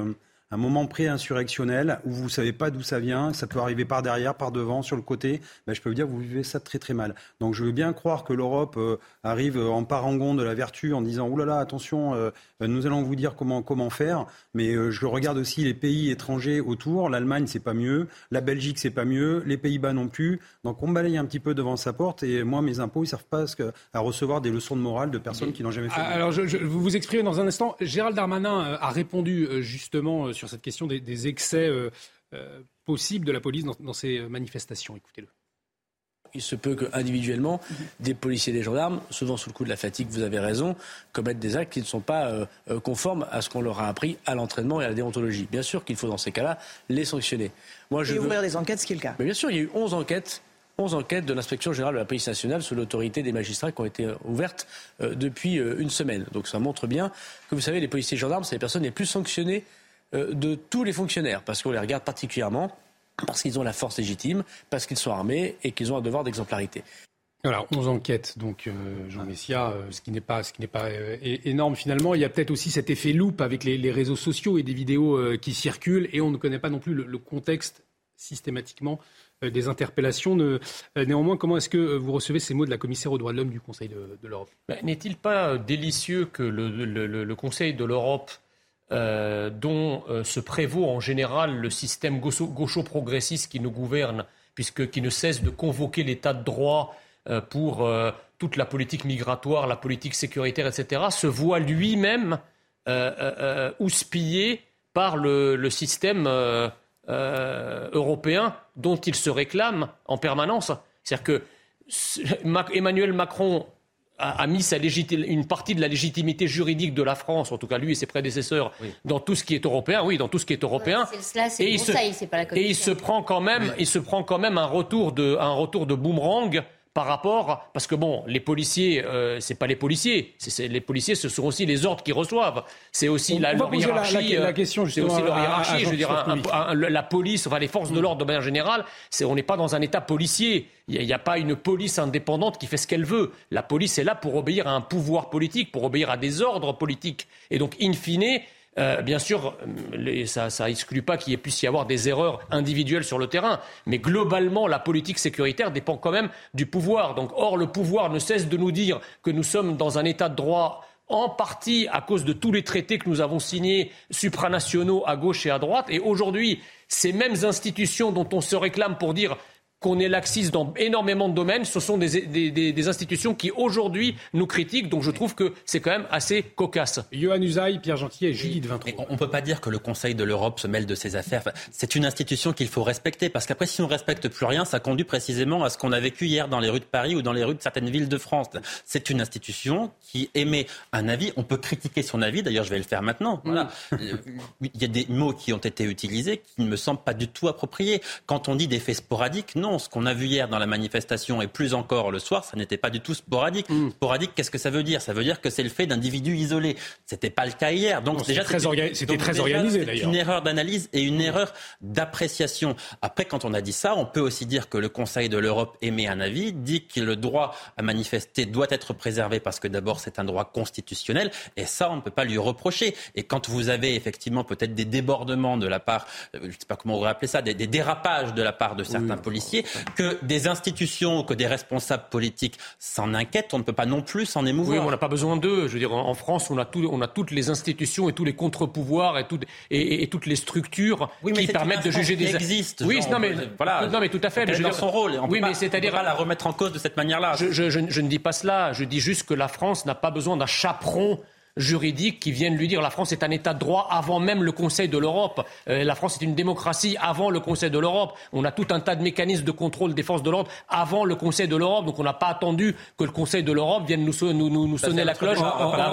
un moment pré-insurrectionnel où vous ne savez pas d'où ça vient, ça peut arriver par derrière, par devant, sur le côté, je peux vous dire que vous vivez ça très très mal. Donc je veux bien croire que l'Europe arrive en parangon de la vertu en disant « Ouh là là, attention, nous allons vous dire comment faire », mais je regarde aussi les pays étrangers autour, l'Allemagne c'est pas mieux, la Belgique c'est pas mieux, les Pays-Bas non plus, donc on balaye un petit peu devant sa porte et moi mes impôts ils servent pas à recevoir des leçons de morale de personnes qui n'ont jamais fait.
Alors je vous vous exprimer dans un instant. Gérald Darmanin a répondu justement sur cette question des excès possibles de la police dans ces manifestations. Écoutez-le.
Il se peut qu'individuellement, des policiers et des gendarmes, souvent sous le coup de la fatigue, vous avez raison, commettent des actes qui ne sont pas conformes à ce qu'on leur a appris à l'entraînement et à la déontologie. Bien sûr qu'il faut dans ces cas-là les sanctionner.
Ouvrir des enquêtes, ce qui est le cas.
Mais bien sûr, il y a eu 11 enquêtes de l'Inspection générale de la police nationale sous l'autorité des magistrats qui ont été ouvertes depuis une semaine. Donc ça montre bien que vous savez, les policiers et gendarmes, c'est les personnes les plus sanctionnées de tous les fonctionnaires, parce qu'on les regarde particulièrement, parce qu'ils ont la force légitime, parce qu'ils sont armés et qu'ils ont un devoir d'exemplarité.
Voilà, 11 enquêtes, donc Jean Messia, ce qui n'est pas énorme finalement. Il y a peut-être aussi cet effet loupe avec les réseaux sociaux et des vidéos qui circulent, et on ne connaît pas non plus le contexte systématiquement des interpellations. Néanmoins, comment est-ce que vous recevez ces mots de la commissaire aux droits de l'homme du Conseil de l'Europe ?
N'est-il pas délicieux que le Conseil de l'Europe, dont se prévaut en général le système gaucho-progressiste qui nous gouverne, qui ne cesse de convoquer l'état de droit pour toute la politique migratoire, la politique sécuritaire, etc., se voit lui-même houspillé par le système européen dont il se réclame en permanence. C'est-à-dire que Emmanuel Macron a mis une partie de la légitimité juridique de la France, en tout cas lui et ses prédécesseurs, dans tout ce qui est européen. Oui, dans tout ce qui est européen.
C'est le Conseil, c'est pas la Commission.
Et il se prend quand même un retour de boomerang par rapport, parce que les policiers, c'est pas les policiers, les policiers, ce sont aussi les ordres qu'ils reçoivent. C'est aussi leur hiérarchie.
La question,
c'est aussi leur hiérarchie. Je veux dire, la police, les forces de l'ordre de manière générale, on n'est pas dans un état policier. Il n'y a pas une police indépendante qui fait ce qu'elle veut. La police est là pour obéir à un pouvoir politique, pour obéir à des ordres politiques. Et donc, in fine, bien sûr, ça exclut pas qu'il puisse y avoir des erreurs individuelles sur le terrain, mais globalement, la politique sécuritaire dépend quand même du pouvoir. Donc, or, le pouvoir ne cesse de nous dire que nous sommes dans un état de droit, en partie à cause de tous les traités que nous avons signés supranationaux à gauche et à droite. Et aujourd'hui, ces mêmes institutions dont on se réclame pour dire qu'on est laxiste dans énormément de domaines, ce sont des institutions qui aujourd'hui nous critiquent, donc je trouve que c'est quand même assez cocasse.
Yohann Usaï, Pierre Gentillet et Judith Vintraud.
On ne peut pas dire que le Conseil de l'Europe se mêle de ses affaires. C'est une institution qu'il faut respecter, parce qu'après, si on ne respecte plus rien, ça conduit précisément à ce qu'on a vécu hier dans les rues de Paris ou dans les rues de certaines villes de France. C'est une institution qui émet un avis. On peut critiquer son avis, d'ailleurs je vais le faire maintenant. Voilà. Il y a des mots qui ont été utilisés qui ne me semblent pas du tout appropriés. Quand on dit des faits sporadiques, non. Ce qu'on a vu hier dans la manifestation et plus encore le soir, ça n'était pas du tout sporadique. Sporadique, qu'est-ce que ça veut dire ? Ça veut dire que c'est le fait d'individus isolés. C'était pas le cas hier. Donc
c'était très organisé d'ailleurs.
C'est une erreur d'analyse et une erreur d'appréciation. Après, quand on a dit ça, on peut aussi dire que le Conseil de l'Europe émet un avis, dit que le droit à manifester doit être préservé parce que d'abord c'est un droit constitutionnel et ça on ne peut pas lui reprocher. Et quand vous avez effectivement peut-être des débordements de la part, je ne sais pas comment on pourrait appeler ça, des dérapages de la part de certains policiers, que des institutions ou que des responsables politiques s'en inquiètent, on ne peut pas non plus s'en émouvoir.
Oui, on n'a pas besoin d'eux. Je veux dire, en France, on a toutes les institutions et tous les contre-pouvoirs et toutes les structures qui permettent de juger des
existent.
Oui, non mais tout à fait.
Elle est dans son rôle. Et on
oui,
mais c'est-à-dire pas la remettre en cause de cette manière-là.
Je ne dis pas cela. Je dis juste que la France n'a pas besoin d'un chaperon juridiques qui viennent lui dire la France est un état de droit avant même le Conseil de l'Europe. La France est une démocratie avant le Conseil de l'Europe. On a tout un tas de mécanismes de contrôle des forces de l'ordre avant le Conseil de l'Europe. Donc on n'a pas attendu que le Conseil de l'Europe vienne nous sonner la cloche.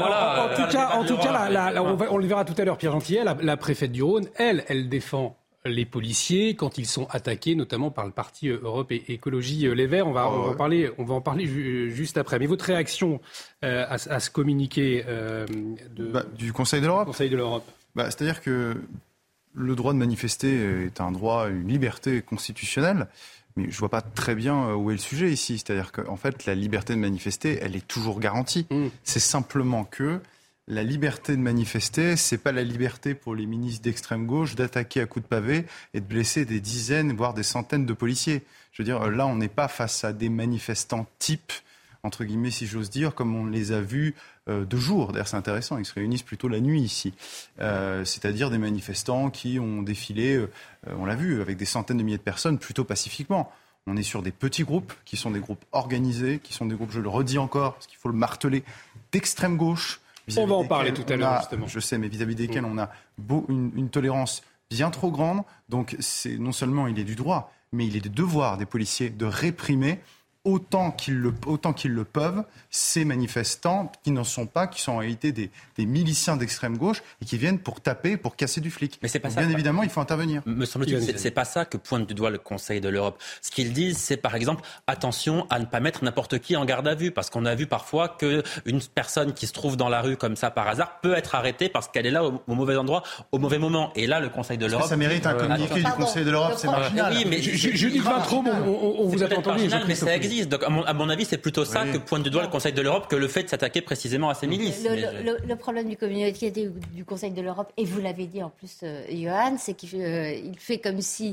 En tout cas, on le verra tout à l'heure, Pierre Gentillet, la préfète du Rhône, elle défend les policiers quand ils sont attaqués, notamment par le parti Europe et Écologie Les Verts. On va en parler juste après. Mais votre réaction à ce communiqué
du Conseil de l'Europe.
C'est-à-dire
que le droit de manifester est un droit, une liberté constitutionnelle. Mais je ne vois pas très bien où est le sujet ici. C'est-à-dire qu'en fait, la liberté de manifester, elle est toujours garantie. C'est simplement que la liberté de manifester, c'est pas la liberté pour les ministres d'extrême gauche d'attaquer à coups de pavé et de blesser des dizaines, voire des centaines de policiers. Je veux dire, là, on n'est pas face à des manifestants types, entre guillemets, si j'ose dire, comme on les a vus de jour. D'ailleurs, c'est intéressant, ils se réunissent plutôt la nuit ici. C'est-à-dire des manifestants qui ont défilé, on l'a vu, avec des centaines de milliers de personnes, plutôt pacifiquement. On est sur des petits groupes, qui sont des groupes organisés, qui sont des groupes, je le redis encore, parce qu'il faut le marteler, d'extrême gauche.
On va en parler tout à l'heure, justement.
Je sais, mais vis-à-vis desquels on a une tolérance bien trop grande. Donc, non seulement il est du droit, mais il est des devoirs des policiers de réprimer autant qu'ils le peuvent ces manifestants qui n'en sont pas, qui sont en réalité des miliciens d'extrême gauche et qui viennent pour taper, pour casser du flic.
Mais c'est pas
donc,
ça.
bien évidemment, il faut intervenir.
Me semble-t-il, c'est pas ça que pointe du doigt le Conseil de l'Europe. Ce qu'ils disent, c'est par exemple attention à ne pas mettre n'importe qui en garde à vue, parce qu'on a vu parfois qu'une personne qui se trouve dans la rue comme ça par hasard peut être arrêtée parce qu'elle est là au mauvais endroit, au mauvais moment. Et là, le Conseil de l'Europe.
Ça mérite un communiqué du Conseil de l'Europe, c'est marginal.
Oui, mais
Judith Vintraud, on vous a pas entendu.
Mais ça existe. Donc, à mon avis, c'est plutôt ça que pointe du doigt le Conseil de l'Europe que le fait de s'attaquer précisément à ces milices.
Le problème du communiqué du Conseil de l'Europe, et vous l'avez dit en plus, Johan, c'est qu'il fait comme si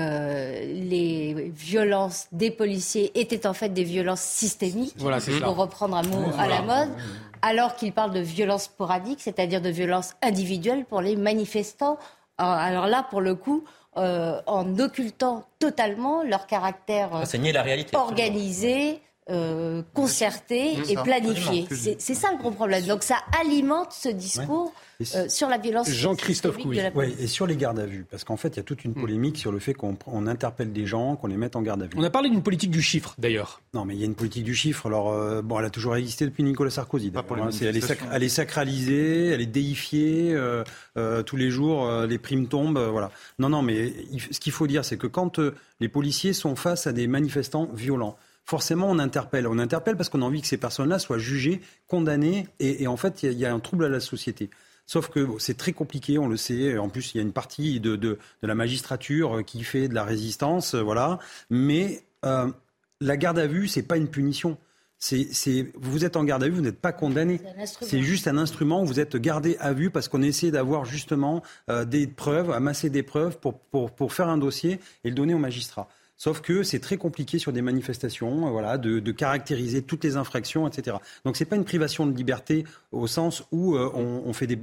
les violences des policiers étaient en fait des violences systémiques, pour reprendre un mot à la mode, alors qu'il parle de violences sporadiques, c'est-à-dire de violences individuelles pour les manifestants. Alors là, pour le coup, en occultant totalement leur caractère
la réalité,
organisé, concerté et planifié. C'est ça le gros problème. Donc ça alimente ce discours sur la violence.
Jean-Christophe Couy.
Et sur les gardes à vue, parce qu'en fait, il y a toute une polémique sur le fait qu'on interpelle des gens, qu'on les mette en garde à vue.
On a parlé d'une politique du chiffre, d'ailleurs.
Non, mais il y a une politique du chiffre. Alors, elle a toujours existé depuis Nicolas Sarkozy. Elle est sacralisée, elle est déifiée. Tous les jours, les primes tombent. Voilà. Non, mais ce qu'il faut dire, c'est que quand les policiers sont face à des manifestants violents, forcément, on interpelle. On interpelle parce qu'on a envie que ces personnes-là soient jugées, condamnées, et en fait, il y a un trouble à la société. Sauf que c'est très compliqué, on le sait. En plus, il y a une partie de la magistrature qui fait de la résistance, voilà. Mais la garde à vue, c'est pas une punition. Vous êtes en garde à vue, vous n'êtes pas condamné. C'est juste un instrument où vous êtes gardé à vue parce qu'on essaie d'avoir justement des preuves, amasser des preuves pour faire un dossier et le donner au magistrat. Sauf que c'est très compliqué sur des manifestations, de caractériser toutes les infractions, etc. Donc c'est pas une privation de liberté au sens où on fait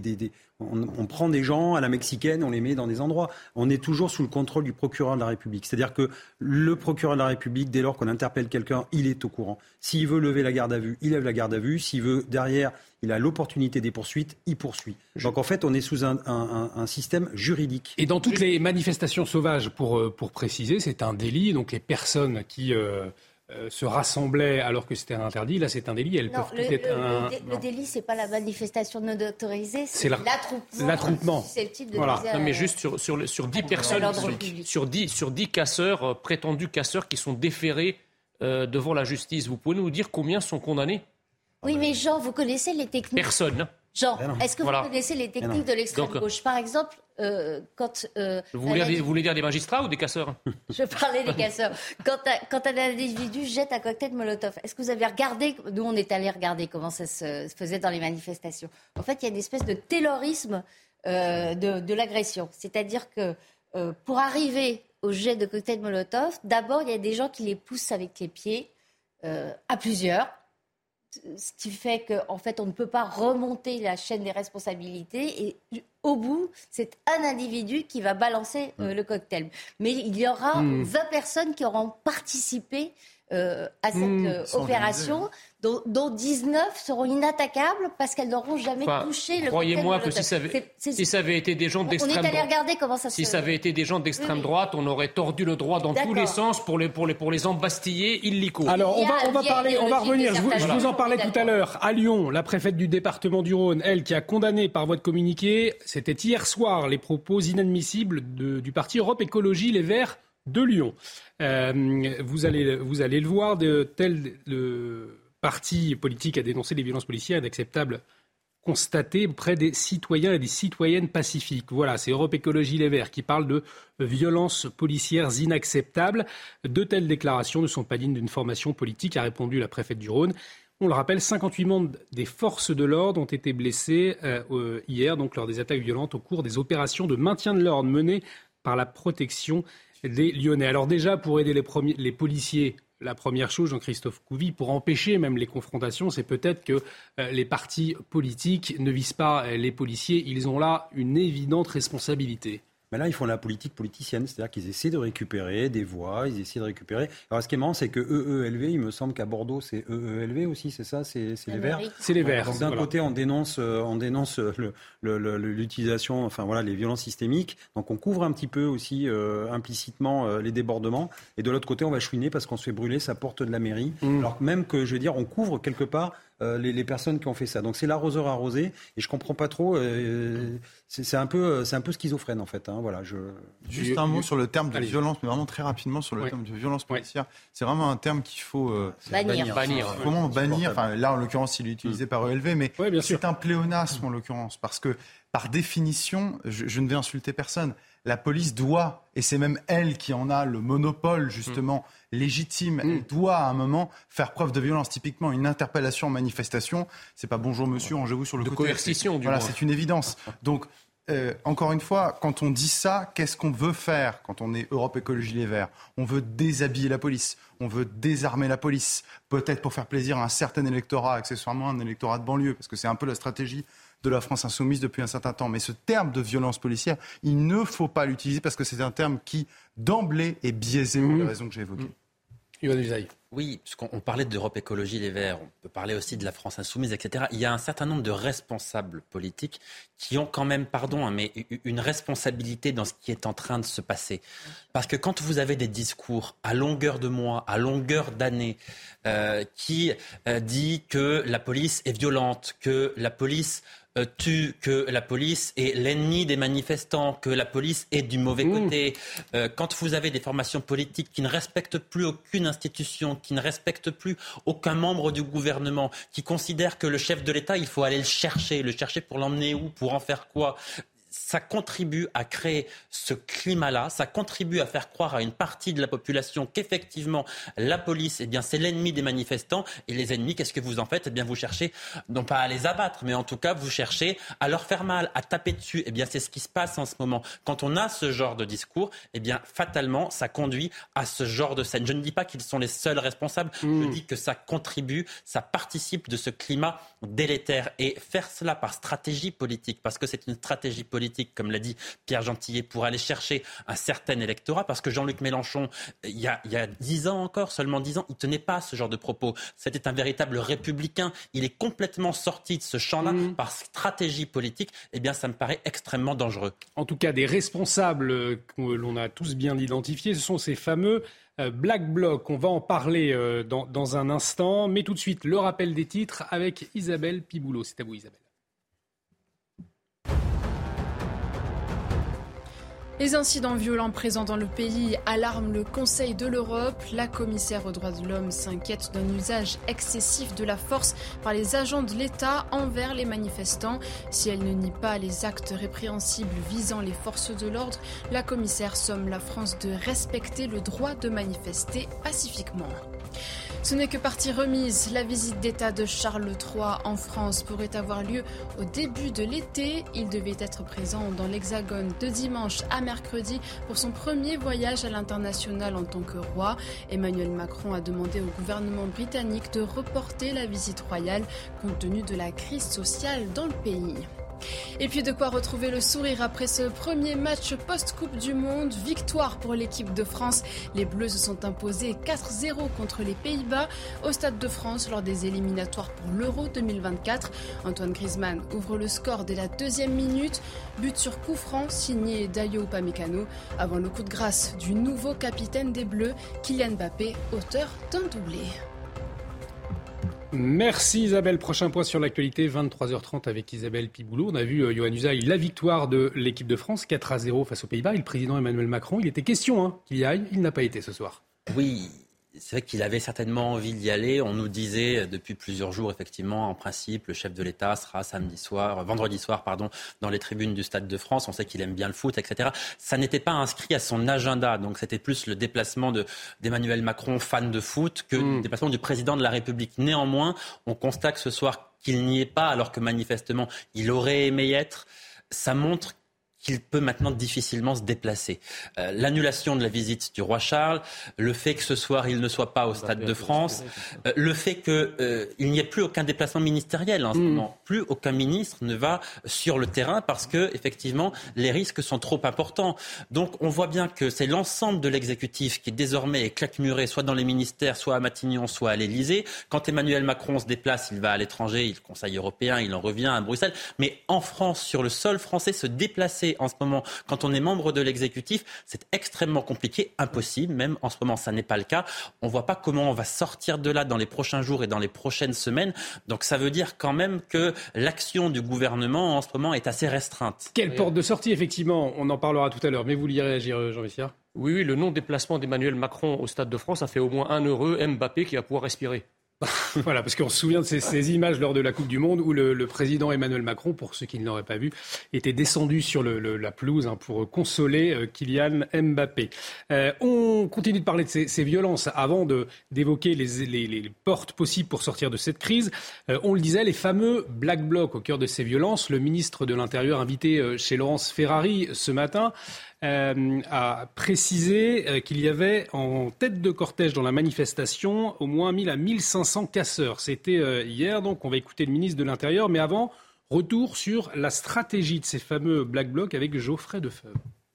on prend des gens à la mexicaine, on les met dans des endroits. On est toujours sous le contrôle du procureur de la République. C'est-à-dire que le procureur de la République, dès lors qu'on interpelle quelqu'un, il est au courant. S'il veut lever la garde à vue, il lève la garde à vue. S'il veut derrière, il a l'opportunité des poursuites, il poursuit. Donc en fait, on est sous un système juridique.
Et dans toutes les manifestations sauvages, pour préciser, c'est un délit. Donc les personnes qui se rassemblaient alors que c'était interdit, là c'est un délit. Elles peuvent être
le délit, c'est pas la manifestation non autorisée, c'est
l'attroupement.
Voilà. Non, mais juste sur 10 personnes, sur 10 casseurs, prétendus casseurs qui sont déférés devant la justice. Vous pouvez nous dire combien sont condamnés?
Oui, mais Jean, vous connaissez les techniques.
Personne.
Jean, est-ce que vous connaissez les techniques de l'extrême gauche? Par exemple, quand...
Vous voulez dire des magistrats ou des casseurs?
Je parlais des casseurs. Quand un individu jette un cocktail Molotov, est-ce que vous avez regardé... Nous, on est allés regarder comment ça se faisait dans les manifestations. En fait, il y a une espèce de terrorisme de l'agression. C'est-à-dire que pour arriver au jet de cocktail Molotov, d'abord, il y a des gens qui les poussent avec les pieds, à plusieurs. Ce qui fait qu'en fait, on ne peut pas remonter la chaîne des responsabilités. Et au bout, c'est un individu qui va balancer le cocktail. Mais il y aura 20 personnes qui auront participé à cette opération, dont 19 seront inattaquables parce qu'elles n'auront jamais touché le cocktail.
Croyez-moi que si ça avait été des gens d'extrême droite,
on est allé regarder comment ça se
si ça avait été des gens d'extrême droite, on aurait tordu le droit dans tous les sens pour les embastiller illico.
Alors on va revenir. Je vous en parlais tout à l'heure. À Lyon, la préfète du département du Rhône, elle, qui a condamné par voie de communiqué, c'était hier soir, les propos inadmissibles du parti Europe Écologie Les Verts de Lyon. Vous allez le voir, le parti politique a dénoncé les violences policières inacceptables constatées auprès des citoyens et des citoyennes pacifiques. Voilà, c'est Europe Écologie Les Verts qui parle de violences policières inacceptables. De telles déclarations ne sont pas dignes d'une formation politique, a répondu la préfète du Rhône. On le rappelle, 58 membres des forces de l'ordre ont été blessés hier, donc lors des attaques violentes au cours des opérations de maintien de l'ordre menées par la protection des Lyonnais. Alors déjà, pour aider les policiers, la première chose, Jean-Christophe Couvi, pour empêcher même les confrontations, c'est peut-être que les partis politiques ne visent pas les policiers. Ils ont là une évidente responsabilité.
Mais là, ils font la politique politicienne, c'est-à-dire qu'ils essaient de récupérer des voix, ils essaient de récupérer... Alors, ce qui est marrant, c'est que EELV, il me semble qu'à Bordeaux, c'est EELV aussi, c'est ça, c'est les Verts.
C'est les Verts.
Donc, d'un côté, on dénonce l'utilisation, enfin voilà, les violences systémiques. Donc, on couvre un petit peu aussi implicitement les débordements. Et de l'autre côté, on va chouiner parce qu'on se fait brûler sa porte de la mairie. Alors même que, je veux dire, on couvre quelque part les personnes qui ont fait ça. Donc c'est l'arroseur arrosé et je comprends pas trop. C'est un peu schizophrène en fait. Hein, voilà.
Juste un mot sur le terme de violence, mais vraiment très rapidement sur le terme de violence policière. C'est vraiment un terme qu'il faut
bannir.
Comment bannir ? Enfin, là en l'occurrence, il est utilisé par ELV, mais c'est un pléonasme en l'occurrence parce que par définition, je ne vais insulter personne. La police doit, et c'est même elle qui en a le monopole justement légitime, elle doit à un moment faire preuve de violence. Typiquement, une interpellation en manifestation, c'est pas bonjour monsieur, rangez-vous sur le côté.
De coercition, du moins.
Voilà, c'est une évidence. Donc, encore une fois, quand on dit ça, qu'est-ce qu'on veut faire quand on est Europe Écologie Les Verts ? On veut déshabiller la police, on veut désarmer la police, peut-être pour faire plaisir à un certain électorat, accessoirement un électorat de banlieue, parce que c'est un peu la stratégie de la France insoumise depuis un certain temps. Mais ce terme de violence policière, il ne faut pas l'utiliser parce que c'est un terme qui, d'emblée, est biaisé pour les raisons que j'ai évoquées.
Yohann Usaï.
Oui, puisqu'on parlait d'Europe Écologie Les Verts, on peut parler aussi de la France Insoumise, etc. Il y a un certain nombre de responsables politiques qui ont quand même, mais une responsabilité dans ce qui est en train de se passer. Parce que quand vous avez des discours à longueur de mois, à longueur d'années, qui dit que la police est violente, que la police tue, que la police est l'ennemi des manifestants, que la police est du mauvais côté. Quand vous avez des formations politiques qui ne respectent plus aucune institution, qui ne respectent plus aucun membre du gouvernement, qui considèrent que le chef de l'État, il faut aller le chercher pour l'emmener où, pour en faire quoi ? Ça contribue à créer ce climat-là, ça contribue à faire croire à une partie de la population qu'effectivement la police, c'est l'ennemi des manifestants. Et les ennemis, qu'est-ce que vous en faites ? Vous cherchez, non pas à les abattre, mais en tout cas vous cherchez à leur faire mal, à taper dessus. C'est ce qui se passe en ce moment. Quand on a ce genre de discours, fatalement, ça conduit à ce genre de scène. Je ne dis pas qu'ils sont les seuls responsables, je dis que ça contribue, ça participe de ce climat délétère. Et faire cela par stratégie politique, parce que c'est une stratégie politique, comme l'a dit Pierre Gentillet, pour aller chercher un certain électorat, parce que Jean-Luc Mélenchon, il y a 10 ans encore, seulement 10 ans, il ne tenait pas ce genre de propos. C'était un véritable républicain. Il est complètement sorti de ce champ-là par stratégie politique. Ça me paraît extrêmement dangereux.
En tout cas, des responsables que l'on a tous bien identifiés, ce sont ces fameux Black Bloc. On va en parler dans un instant, mais tout de suite, le rappel des titres avec Isabelle Piboulot. C'est à vous, Isabelle.
Les incidents violents présents dans le pays alarment le Conseil de l'Europe. La commissaire aux droits de l'homme s'inquiète d'un usage excessif de la force par les agents de l'État envers les manifestants. Si elle ne nie pas les actes répréhensibles visant les forces de l'ordre, la commissaire somme la France de respecter le droit de manifester pacifiquement. Ce n'est que partie remise. La visite d'État de Charles III en France pourrait avoir lieu au début de l'été. Il devait être présent dans l'Hexagone de dimanche à mercredi pour son premier voyage à l'international en tant que roi. Emmanuel Macron a demandé au gouvernement britannique de reporter la visite royale compte tenu de la crise sociale dans le pays. Et puis de quoi retrouver le sourire après ce premier match post-Coupe du Monde. Victoire pour l'équipe de France. Les Bleus se sont imposés 4-0 contre les Pays-Bas au Stade de France lors des éliminatoires pour l'Euro 2024. Antoine Griezmann ouvre le score dès la 2e minute. But sur coup franc signé Dayo Upamecano avant le coup de grâce du nouveau capitaine des Bleus, Kylian Mbappé, auteur d'un doublé.
Merci Isabelle. Prochain point sur l'actualité, 23h30 avec Isabelle Piboulot. On a vu, Yohann Usaï, la victoire de l'équipe de France, 4-0 face aux Pays-Bas. Et le président Emmanuel Macron, il était question qu'il y aille. Il n'a pas été ce soir.
Oui, c'est vrai qu'il avait certainement envie d'y aller. On nous disait depuis plusieurs jours, effectivement, en principe, le chef de l'État sera vendredi soir, dans les tribunes du Stade de France. On sait qu'il aime bien le foot, etc. Ça n'était pas inscrit à son agenda. Donc, c'était plus le déplacement d'Emmanuel Macron, fan de foot, que le déplacement du président de la République. Néanmoins, on constate ce soir qu'il n'y est pas, alors que manifestement, il aurait aimé y être. Ça montre qu'il peut maintenant difficilement se déplacer. L'annulation de la visite du roi Charles, le fait que ce soir il ne soit pas au Stade de France, le fait qu'il n'y ait plus aucun déplacement ministériel en ce moment. Plus aucun ministre ne va sur le terrain parce que, effectivement, les risques sont trop importants. Donc on voit bien que c'est l'ensemble de l'exécutif qui désormais est claquemuré, soit dans les ministères, soit à Matignon, soit à l'Élysée. Quand Emmanuel Macron se déplace, il va à l'étranger, il Conseil européen, il en revient à Bruxelles. Mais en France, sur le sol français, se déplacer en ce moment, quand on est membre de l'exécutif, c'est extrêmement compliqué, impossible, même en ce moment, ça n'est pas le cas. On ne voit pas comment on va sortir de là dans les prochains jours et dans les prochaines semaines. Donc ça veut dire quand même que l'action du gouvernement en ce moment est assez restreinte.
Quelle porte de sortie, effectivement, on en parlera tout à l'heure. Mais vous vouliez réagir, Jean Messia ?
Oui, le non-déplacement d'Emmanuel Macron au Stade de France a fait au moins un heureux Mbappé qui va pouvoir respirer.
Voilà, parce qu'on se souvient de ces images lors de la Coupe du Monde où le président Emmanuel Macron, pour ceux qui ne l'auraient pas vu, était descendu sur la pelouse pour consoler Kylian Mbappé. On continue de parler de ces violences avant d'évoquer les portes possibles pour sortir de cette crise. On le disait, les fameux Black Blocs au cœur de ces violences. Le ministre de l'Intérieur invité chez Laurence Ferrari ce matin a précisé qu'il y avait en tête de cortège dans la manifestation au moins 1000 à 1500 casseurs. C'était hier, donc on va écouter le ministre de l'Intérieur. Mais avant, retour sur la stratégie de ces fameux Black Blocs avec Geoffrey Defebvre.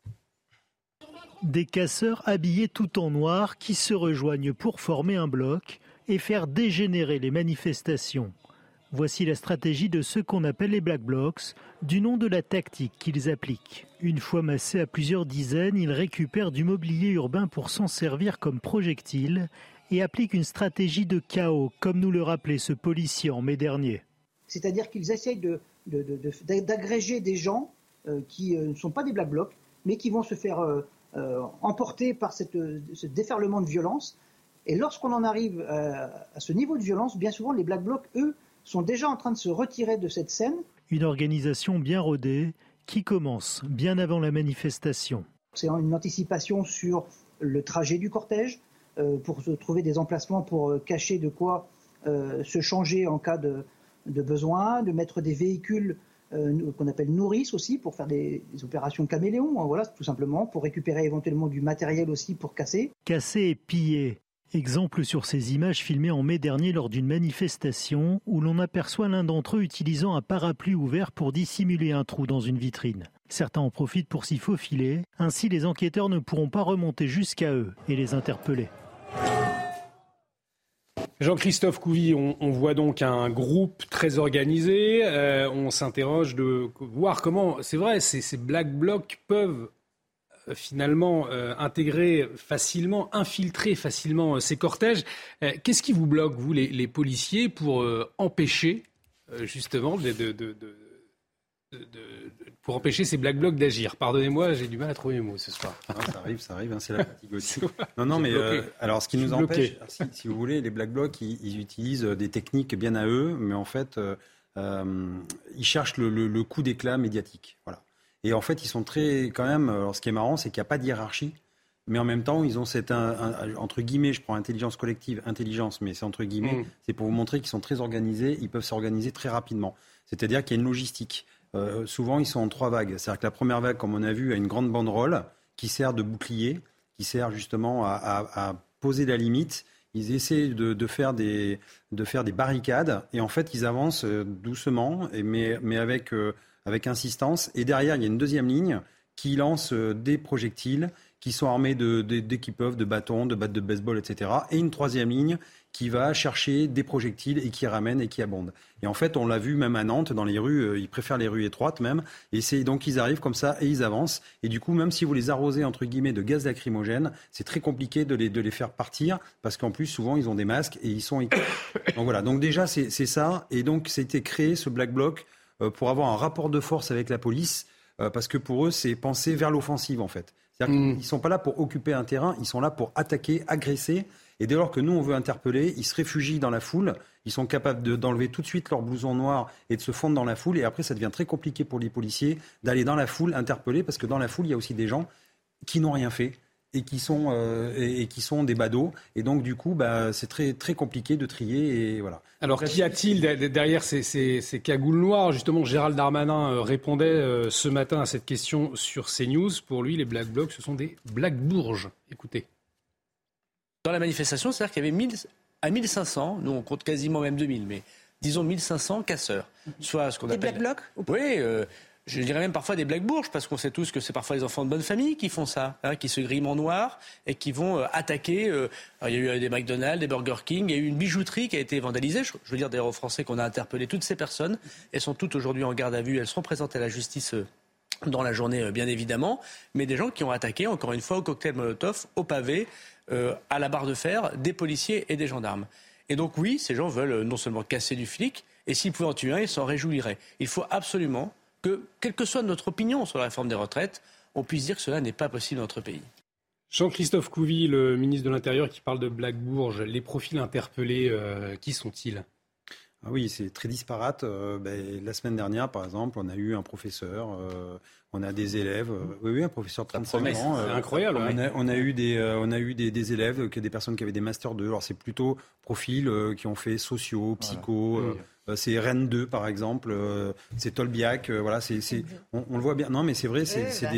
Des casseurs habillés tout en noir qui se rejoignent pour former un bloc et faire dégénérer les manifestations. Voici la stratégie de ceux qu'on appelle les Black Blocs, du nom de la tactique qu'ils appliquent. Une fois massés à plusieurs dizaines, ils récupèrent du mobilier urbain pour s'en servir comme projectile et appliquent une stratégie de chaos, comme nous le rappelait ce policier en mai dernier.
C'est-à-dire qu'ils essayent d'agréger des gens qui ne sont pas des Black Blocs, mais qui vont se faire emporter par ce déferlement de violence. Et lorsqu'on en arrive à ce niveau de violence, bien souvent les Black Blocs, eux, sont déjà en train de se retirer de cette scène.
Une organisation bien rodée qui commence bien avant la manifestation.
C'est une anticipation sur le trajet du cortège, pour se trouver des emplacements pour cacher de quoi se changer en cas de besoin, de mettre des véhicules qu'on appelle nourrices aussi pour faire des opérations caméléons, voilà, tout simplement, pour récupérer éventuellement du matériel aussi pour casser.
Casser et piller. Exemple sur ces images filmées en mai dernier lors d'une manifestation où l'on aperçoit l'un d'entre eux utilisant un parapluie ouvert pour dissimuler un trou dans une vitrine. Certains en profitent pour s'y faufiler, ainsi les enquêteurs ne pourront pas remonter jusqu'à eux et les interpeller.
Jean-Christophe Couvi, on voit donc un groupe très organisé, on s'interroge de voir comment, c'est vrai, ces Black Blocs peuvent finalement intégrer facilement, infiltrer facilement ces cortèges. Qu'est-ce qui vous bloque, vous, les policiers, pour empêcher justement pour empêcher ces Black Blocs d'agir? Pardonnez-moi, j'ai du mal à trouver mes mots ce soir.
Non, ça arrive, c'est la fatigue aussi. Non, mais alors ce qui nous empêche, si vous voulez, les Black Blocs, ils utilisent des techniques bien à eux, mais en fait, ils cherchent le coup d'éclat médiatique. Voilà. Et en fait, ils sont très, quand même, alors ce qui est marrant, c'est qu'il n'y a pas de hiérarchie, mais en même temps, ils ont cette, entre guillemets, je prends intelligence collective, mais c'est entre guillemets, c'est pour vous montrer qu'ils sont très organisés, ils peuvent s'organiser très rapidement. C'est-à-dire qu'il y a une logistique. Souvent, ils sont en 3 vagues. C'est-à-dire que la première vague, comme on a vu, a une grande banderole qui sert de bouclier, qui sert justement à poser la limite. Ils essaient de faire des barricades, et en fait, ils avancent doucement, mais avec insistance. Et derrière, il y a une deuxième ligne qui lance des projectiles qui sont armés dès qu'ils peuvent, de bâtons, de battes de baseball, etc. Et une troisième ligne qui va chercher des projectiles et qui ramène et qui abonde. Et en fait, on l'a vu même à Nantes, dans les rues, ils préfèrent les rues étroites même. Et donc ils arrivent comme ça et ils avancent. Et du coup, même si vous les arrosez, entre guillemets, de gaz lacrymogène, c'est très compliqué de les faire partir, parce qu'en plus, souvent, ils ont des masques et ils sont équipés. Donc voilà, donc déjà, c'est ça. Et donc, c'était créé, ce Black Bloc, pour avoir un rapport de force avec la police, parce que pour eux, c'est penser vers l'offensive, en fait. C'est-à-dire qu'ils ne sont pas là pour occuper un terrain, ils sont là pour attaquer, agresser. Et dès lors que nous, on veut interpeller, ils se réfugient dans la foule. Ils sont capables d'enlever tout de suite leur blouson noir et de se fondre dans la foule. Et après, ça devient très compliqué pour les policiers d'aller dans la foule interpeller, parce que dans la foule, il y a aussi des gens qui n'ont rien fait et qui sont des badauds. Et donc, du coup, c'est très, très compliqué de trier. Et voilà.
Alors, qu'y a-t-il derrière ces cagoules noires ? Justement, Gérald Darmanin répondait ce matin à cette question sur CNews. Pour lui, les Black Blocs, ce sont des Black Bourges. Écoutez.
Dans la manifestation, c'est-à-dire qu'il y avait à 1500, nous on compte quasiment même 2000, mais disons 1500 casseurs. Soit ce qu'on appelle...
Des Black Blocs ?
Oui, je dirais même parfois des Black Bourges, parce qu'on sait tous que c'est parfois les enfants de bonne famille qui font ça, qui se griment en noir et qui vont attaquer. Il y a eu des McDonald's, des Burger King, il y a eu une bijouterie qui a été vandalisée. Je veux dire d'ailleurs aux Français qu'on a interpellé toutes ces personnes. Elles sont toutes aujourd'hui en garde à vue, elles seront présentées à la justice dans la journée, bien évidemment. Mais des gens qui ont attaqué, encore une fois, au cocktail Molotov, au pavé, à la barre de fer, des policiers et des gendarmes. Et donc oui, ces gens veulent non seulement casser du flic, et s'ils pouvaient en tuer un, ils s'en réjouiraient. Il faut absolument que, quelle que soit notre opinion sur la réforme des retraites, on puisse dire que cela n'est pas possible dans notre pays.
Jean-Christophe Couvi, le ministre de l'Intérieur, qui parle de Black Bourges. Les profils interpellés, qui sont-ils ?
Ah oui, c'est très disparate. La semaine dernière, par exemple, on a eu un professeur, on a des élèves. Oui, un professeur de 35 ans.
C'est incroyable.
On a eu des élèves, des personnes qui avaient des masters 2. Alors c'est plutôt profils qui ont fait sociaux, psycho. Voilà. C'est Rennes 2 par exemple, c'est Tolbiac, on le voit bien. Non mais c'est vrai,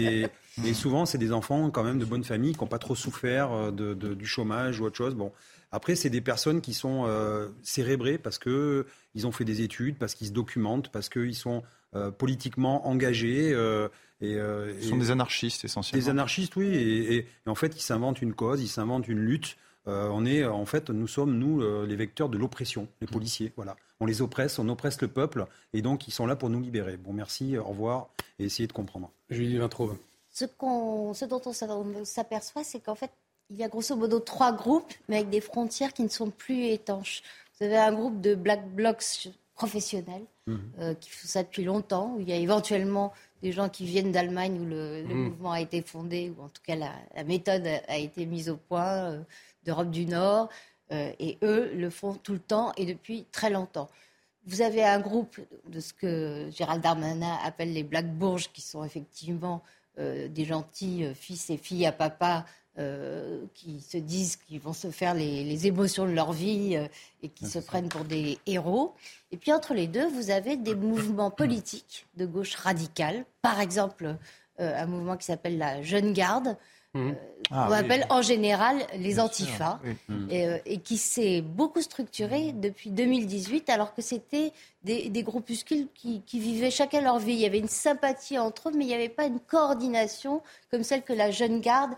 et souvent c'est des enfants quand même de bonne famille qui n'ont pas trop souffert du chômage ou autre chose. Bon, après c'est des personnes qui sont cérébrées parce que ils ont fait des études, parce qu'ils se documentent, parce qu'ils sont politiquement engagés.
Ce sont des anarchistes essentiellement.
Des anarchistes, oui, et en fait ils s'inventent une cause, ils s'inventent une lutte. Nous sommes les vecteurs de l'oppression, les policiers, voilà. On les oppresse, on oppresse le peuple, et donc ils sont là pour nous libérer. Bon, merci, au revoir, et essayez de comprendre.
Julie Vintraud.
Ce dont on s'aperçoit, c'est qu'en fait, il y a grosso modo 3 groupes, mais avec des frontières qui ne sont plus étanches. Vous avez un groupe de Black Blocs professionnels, qui font ça depuis longtemps, où il y a éventuellement des gens qui viennent d'Allemagne, où le mouvement a été fondé, ou en tout cas la méthode a été mise au point, d'Europe du Nord, et eux le font tout le temps et depuis très longtemps. Vous avez un groupe de ce que Gérald Darmanin appelle les Black Bourges, qui sont effectivement des gentils fils et filles à papa qui se disent qu'ils vont se faire les émotions de leur vie et qui se prennent pour des héros. Et puis entre les deux, vous avez des mouvements politiques de gauche radicale, par exemple un mouvement qui s'appelle la Jeune Garde, qu'on appelle en général les Antifas, et qui s'est beaucoup structuré depuis 2018, alors que c'était des groupuscules qui vivaient chacun leur vie. Il y avait une sympathie entre eux, mais il n'y avait pas une coordination comme celle que la Jeune Garde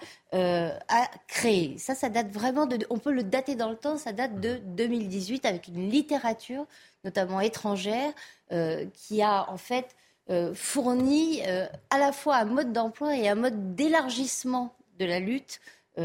a créée. Ça date vraiment on peut le dater dans le temps, ça date de 2018, avec une littérature, notamment étrangère, qui a en fait fourni à la fois un mode d'emploi et un mode d'élargissement de la lutte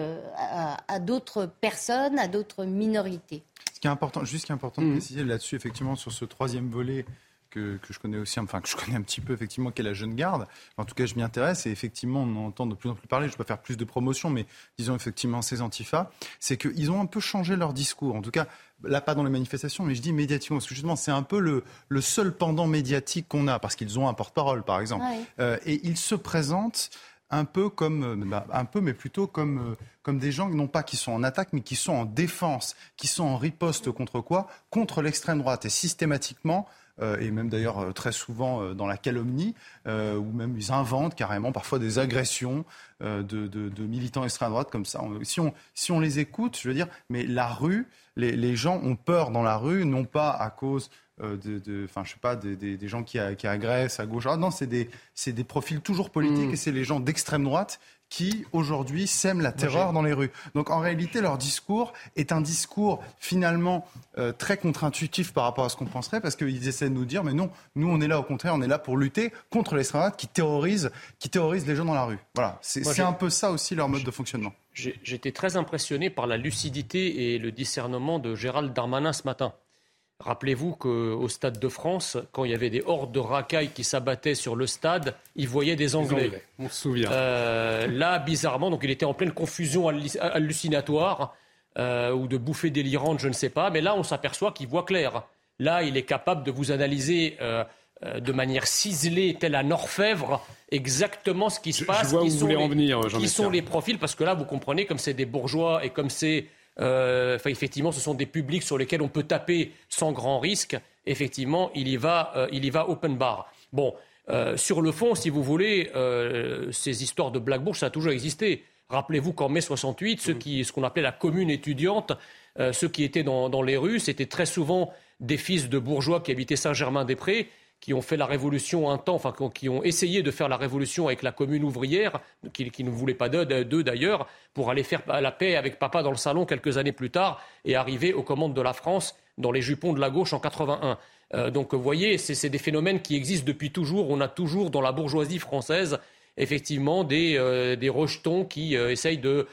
à d'autres personnes, à d'autres minorités.
Ce qui est important de préciser là-dessus, effectivement, sur ce troisième volet que je connais aussi, enfin que je connais un petit peu, effectivement, qu'est la Jeune Garde. En tout cas, je m'y intéresse et effectivement, on en entend de plus en plus parler. Je ne vais pas faire plus de promotion, mais disons effectivement ces antifas, c'est qu'ils ont un peu changé leur discours. En tout cas, là, pas dans les manifestations, mais je dis médiatiquement, parce que justement, c'est un peu le seul pendant médiatique qu'on a, parce qu'ils ont un porte-parole, par exemple. Et ils se présentent un peu mais plutôt comme des gens non pas qui sont en attaque, mais qui sont en défense, qui sont en riposte contre quoi ? Contre l'extrême droite. Et systématiquement, et même d'ailleurs très souvent dans la calomnie, ou même ils inventent carrément parfois des agressions de militants extrême droite comme ça. Si on les écoute, je veux dire, mais la rue, les gens ont peur dans la rue, non pas à cause des gens qui agressent à gauche. Non, c'est des profils toujours politiques et c'est les gens d'extrême droite qui, aujourd'hui, sèment la terreur dans les rues. Donc, en réalité, leur discours est un discours, finalement, très contre-intuitif par rapport à ce qu'on penserait, parce qu'ils essaient de nous dire, mais non, nous, on est là, au contraire, on est là pour lutter contre l'extrême droite qui terrorise les gens dans la rue. Voilà, c'est un peu ça aussi, leur mode de fonctionnement.
J'étais très impressionné par la lucidité et le discernement de Gérald Darmanin ce matin. Rappelez-vous qu'au Stade de France, quand il y avait des hordes de racailles qui s'abattaient sur le stade, il voyait des Anglais.
On se souvient.
Là, bizarrement, donc il était en pleine confusion hallucinatoire. ou de bouffées délirantes, je ne sais pas. Mais là, on s'aperçoit qu'il voit clair. Là, il est capable de vous analyser de manière ciselée, telle un orfèvre, exactement ce qui se passe.
Je vois où vous voulez en venir, Jean-Michel.
Qui sont les profils, parce que là, vous comprenez, comme c'est des bourgeois et comme c'est... effectivement, ce sont des publics sur lesquels on peut taper sans grand risque. Effectivement, il y va open bar. Bon, sur le fond, si vous voulez, ces histoires de Black Bourse, ça a toujours existé. Rappelez-vous qu'en mai 68, ce qu'on appelait la commune étudiante, ceux qui étaient dans les rues, c'était très souvent des fils de bourgeois qui habitaient Saint-Germain-des-Prés, qui ont fait la révolution un temps, qui ont essayé de faire la révolution avec la commune ouvrière, qui ne voulait pas d'eux d'ailleurs, pour aller faire la paix avec papa dans le salon quelques années plus tard et arriver aux commandes de la France dans les jupons de la gauche en 81. Donc vous voyez, c'est des phénomènes qui existent depuis toujours. On a toujours dans la bourgeoisie française effectivement des rejetons qui essayent de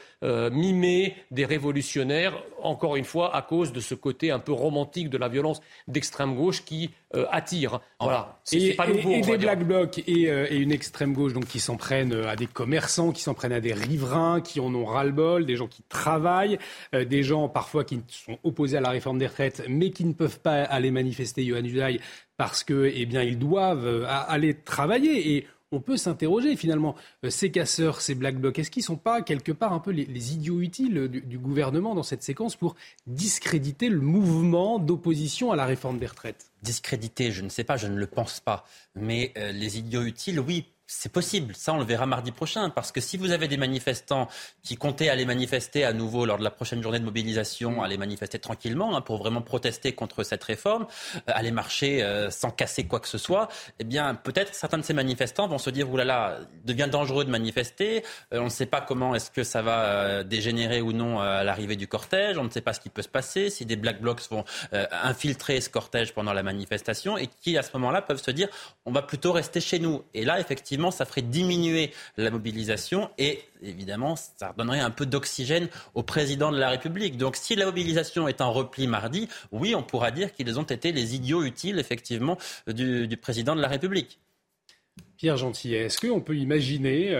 mimer des révolutionnaires, encore une fois à cause de ce côté un peu romantique de la violence d'extrême gauche qui attire. Voilà. C'est pas nouveau,
et des Black Blocs et une extrême gauche donc qui s'en prennent à des commerçants, qui s'en prennent à des riverains, qui en ont ras-le-bol, des gens qui travaillent, des gens parfois qui sont opposés à la réforme des retraites mais qui ne peuvent pas aller manifester, Yohann Usaï, parce que ils doivent aller travailler. Et on peut s'interroger finalement, ces casseurs, ces Black Blocs, est-ce qu'ils ne sont pas quelque part un peu les idiots utiles du gouvernement dans cette séquence pour discréditer le mouvement d'opposition à la réforme des retraites ?
Discréditer, je ne sais pas, je ne le pense pas. Mais les idiots utiles, oui. C'est possible, ça on le verra mardi prochain, parce que si vous avez des manifestants qui comptaient aller manifester à nouveau lors de la prochaine journée de mobilisation, aller manifester tranquillement pour vraiment protester contre cette réforme, aller marcher sans casser quoi que ce soit, eh bien peut-être certains de ces manifestants vont se dire oulala, il devient dangereux de manifester, on ne sait pas comment est-ce que ça va dégénérer ou non à l'arrivée du cortège, on ne sait pas ce qui peut se passer, si des Black Blocs vont infiltrer ce cortège pendant la manifestation et qui à ce moment-là peuvent se dire on va plutôt rester chez nous. Et là effectivement ça ferait diminuer la mobilisation et évidemment, ça donnerait un peu d'oxygène au président de la République. Donc si la mobilisation est en repli mardi, oui, on pourra dire qu'ils ont été les idiots utiles, effectivement, du président de la République.
Pierre Gentillet, est-ce qu'on peut imaginer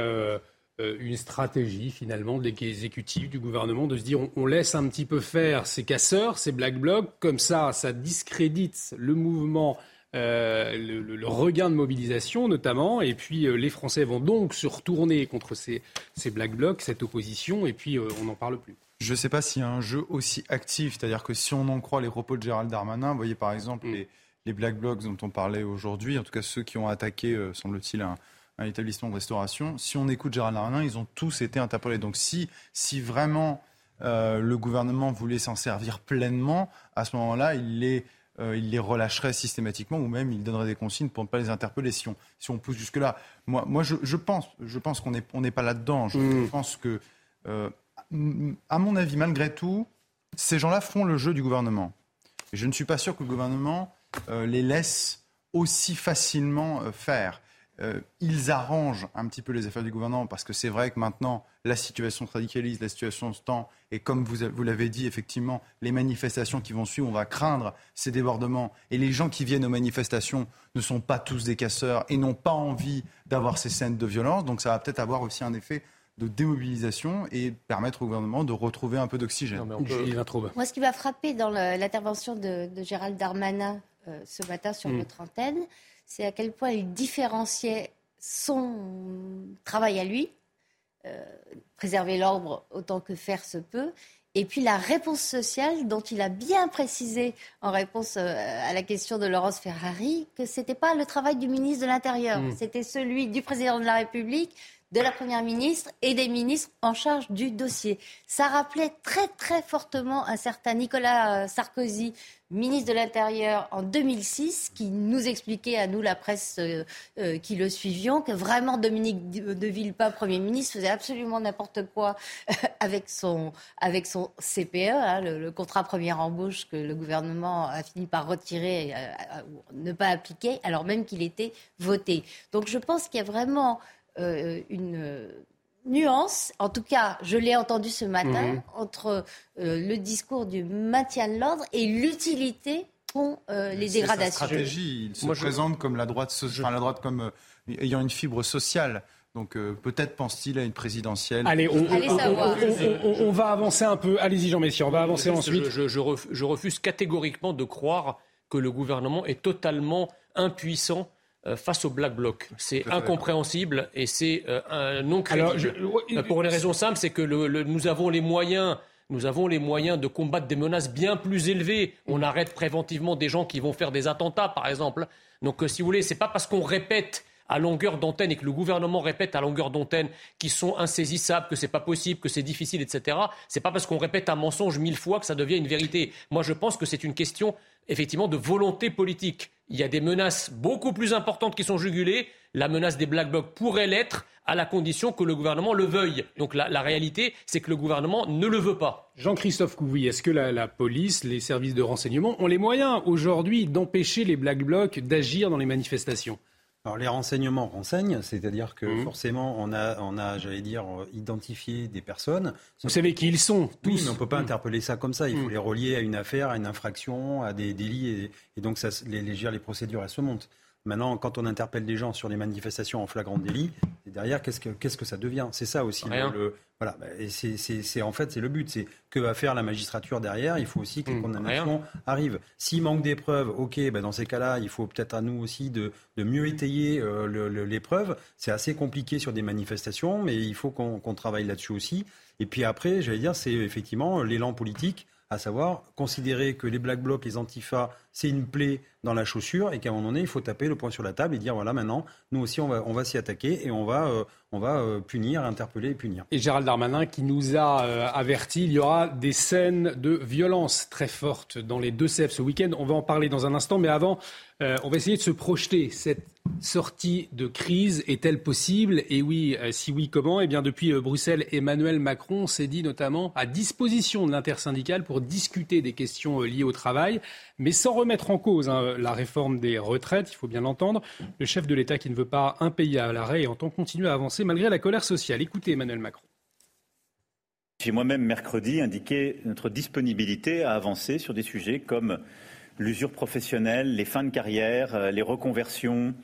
une stratégie, finalement, des exécutifs, du gouvernement, de se dire on laisse un petit peu faire ces casseurs, ces Black Blocs, comme ça discrédite le mouvement, le regain de mobilisation notamment, et puis les Français vont donc se retourner contre ces Black Blocs, cette opposition, et puis on n'en parle plus.
Je ne sais pas s'il y a un jeu aussi actif, c'est-à-dire que si on en croit les propos de Gérald Darmanin, vous voyez par exemple les Black Blocs dont on parlait aujourd'hui, en tout cas ceux qui ont attaqué, semble-t-il, un établissement de restauration, si on écoute Gérald Darmanin, ils ont tous été interpellés. Donc si vraiment le gouvernement voulait s'en servir pleinement, à ce moment-là, il les relâcherait systématiquement ou même il donnerait des consignes pour ne pas les interpeller si on pousse jusque-là. Moi je pense qu'on n'est pas là-dedans. Je pense que, à mon avis, malgré tout, ces gens-là font le jeu du gouvernement. Et je ne suis pas sûr que le gouvernement les laisse aussi facilement faire. Ils arrangent un petit peu les affaires du gouvernement parce que c'est vrai que maintenant la situation se radicalise, la situation se tend et comme vous l'avez dit effectivement, les manifestations qui vont suivre, on va craindre ces débordements et les gens qui viennent aux manifestations ne sont pas tous des casseurs et n'ont pas envie d'avoir ces scènes de violence, donc ça va peut-être avoir aussi un effet de démobilisation et permettre au gouvernement de retrouver un peu d'oxygène.
Moi, ce qui m'a frappé dans l'intervention de Gérald Darmanin ce matin sur notre antenne, c'est à quel point il différenciait son travail à lui, préserver l'ordre autant que faire se peut, et puis la réponse sociale dont il a bien précisé en réponse à la question de Laurence Ferrari que ce n'était pas le travail du ministre de l'Intérieur, c'était celui du président de la République, de la Première ministre et des ministres en charge du dossier. Ça rappelait très très fortement un certain Nicolas Sarkozy, ministre de l'Intérieur en 2006, qui nous expliquait à nous, la presse qui le suivions, que vraiment Dominique de Villepin, Premier ministre, faisait absolument n'importe quoi avec son CPE, le contrat première embauche que le gouvernement a fini par retirer, ne pas appliquer, alors même qu'il était voté. Donc je pense qu'il y a vraiment une nuance, en tout cas je l'ai entendu ce matin, entre le discours du maintien de l'ordre et l'utilité qu'ont les dégradations.
Sa stratégie, il se présente comme la droite comme ayant une fibre sociale. Donc peut-être pense-t-il à une présidentielle.
Allez, on va avancer un peu. Allez-y Jean Messia, on va avancer ensuite.
Je refuse catégoriquement de croire que le gouvernement est totalement impuissant face au Black Bloc. C'est incompréhensible et c'est non crédible. Pour une raison simple, c'est que nous avons les moyens de combattre des menaces bien plus élevées. On arrête préventivement des gens qui vont faire des attentats, par exemple. Donc, si vous voulez, c'est pas parce qu'on répète à longueur d'antenne et que le gouvernement répète à longueur d'antenne qu'ils sont insaisissables, que c'est pas possible, que c'est difficile, etc. C'est pas parce qu'on répète un mensonge 1000 fois que ça devient une vérité. Moi, je pense que c'est une question, effectivement, de volonté politique. Il y a des menaces beaucoup plus importantes qui sont jugulées. La menace des Black Blocs pourrait l'être à la condition que le gouvernement le veuille. Donc la réalité, c'est que le gouvernement ne le veut pas.
Jean-Christophe Couvi, est-ce que la police, les services de renseignement ont les moyens aujourd'hui d'empêcher les Black Blocs d'agir dans les manifestations ?
Alors les renseignements renseignent, c'est-à-dire que forcément on a, j'allais dire, identifié des personnes.
Vous savez qui ils sont, tous.
Oui, mais on ne peut pas interpeller ça comme ça. Il faut les relier à une affaire, à une infraction, à des délits, et donc ça, les procédures, elles se montent. Maintenant, quand on interpelle des gens sur les manifestations en flagrant délit, derrière, qu'est-ce que ça devient ? C'est ça aussi. Voilà. Et c'est en fait, c'est le but. C'est que va faire la magistrature derrière ? Il faut aussi que les condamnations arrivent. S'il manque des preuves, dans ces cas-là, il faut peut-être à nous aussi de mieux étayer les preuves. C'est assez compliqué sur des manifestations, mais il faut qu'on travaille là-dessus aussi. Et puis après, j'allais dire, c'est effectivement l'élan politique, à savoir considérer que les Black Blocs, les Antifa, c'est une plaie dans la chaussure et qu'à un moment donné, il faut taper le poing sur la table et dire voilà, maintenant, nous aussi, on va s'y attaquer et on va punir, interpeller et punir.
Et Gérald Darmanin qui nous a averti, il y aura des scènes de violence très fortes dans les deux CEP ce week-end. On va en parler dans un instant, mais avant, on va essayer de se projeter. Cette sortie de crise est-elle possible ? Et oui, si oui, comment ? Eh bien, depuis Bruxelles, Emmanuel Macron s'est dit notamment à disposition de l'intersyndicale pour discuter des questions liées au travail, mais sans remettre en cause la réforme des retraites, il faut bien l'entendre. Le chef de l'État qui ne veut pas un pays à l'arrêt et entend continuer à avancer malgré la colère sociale. Écoutez Emmanuel Macron.
J'ai moi-même mercredi indiqué notre disponibilité à avancer sur des sujets comme l'usure professionnelle, les fins de carrière, les reconversions,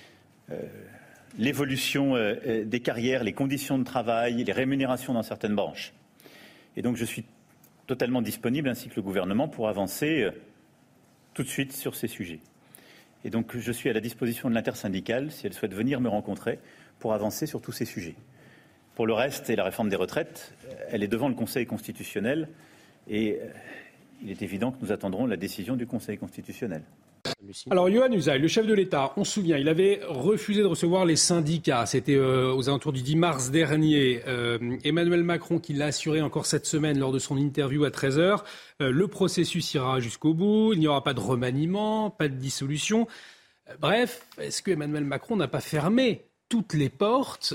l'évolution des carrières, les conditions de travail, les rémunérations dans certaines branches. Et donc je suis totalement disponible, ainsi que le gouvernement, pour avancer tout de suite sur ces sujets. Et donc je suis à la disposition de l'intersyndicale, si elle souhaite venir me rencontrer, pour avancer sur tous ces sujets. Pour le reste, et la réforme des retraites, elle est devant le Conseil constitutionnel, et il est évident que nous attendrons la décision du Conseil constitutionnel.
Alors, Yohann Usaï, le chef de l'État, on se souvient, il avait refusé de recevoir les syndicats. C'était aux alentours du 10 mars dernier. Emmanuel Macron qui l'a assuré encore cette semaine lors de son interview à 13h. Le processus ira jusqu'au bout, il n'y aura pas de remaniement, pas de dissolution. Bref, est-ce que Emmanuel Macron n'a pas fermé toutes les portes,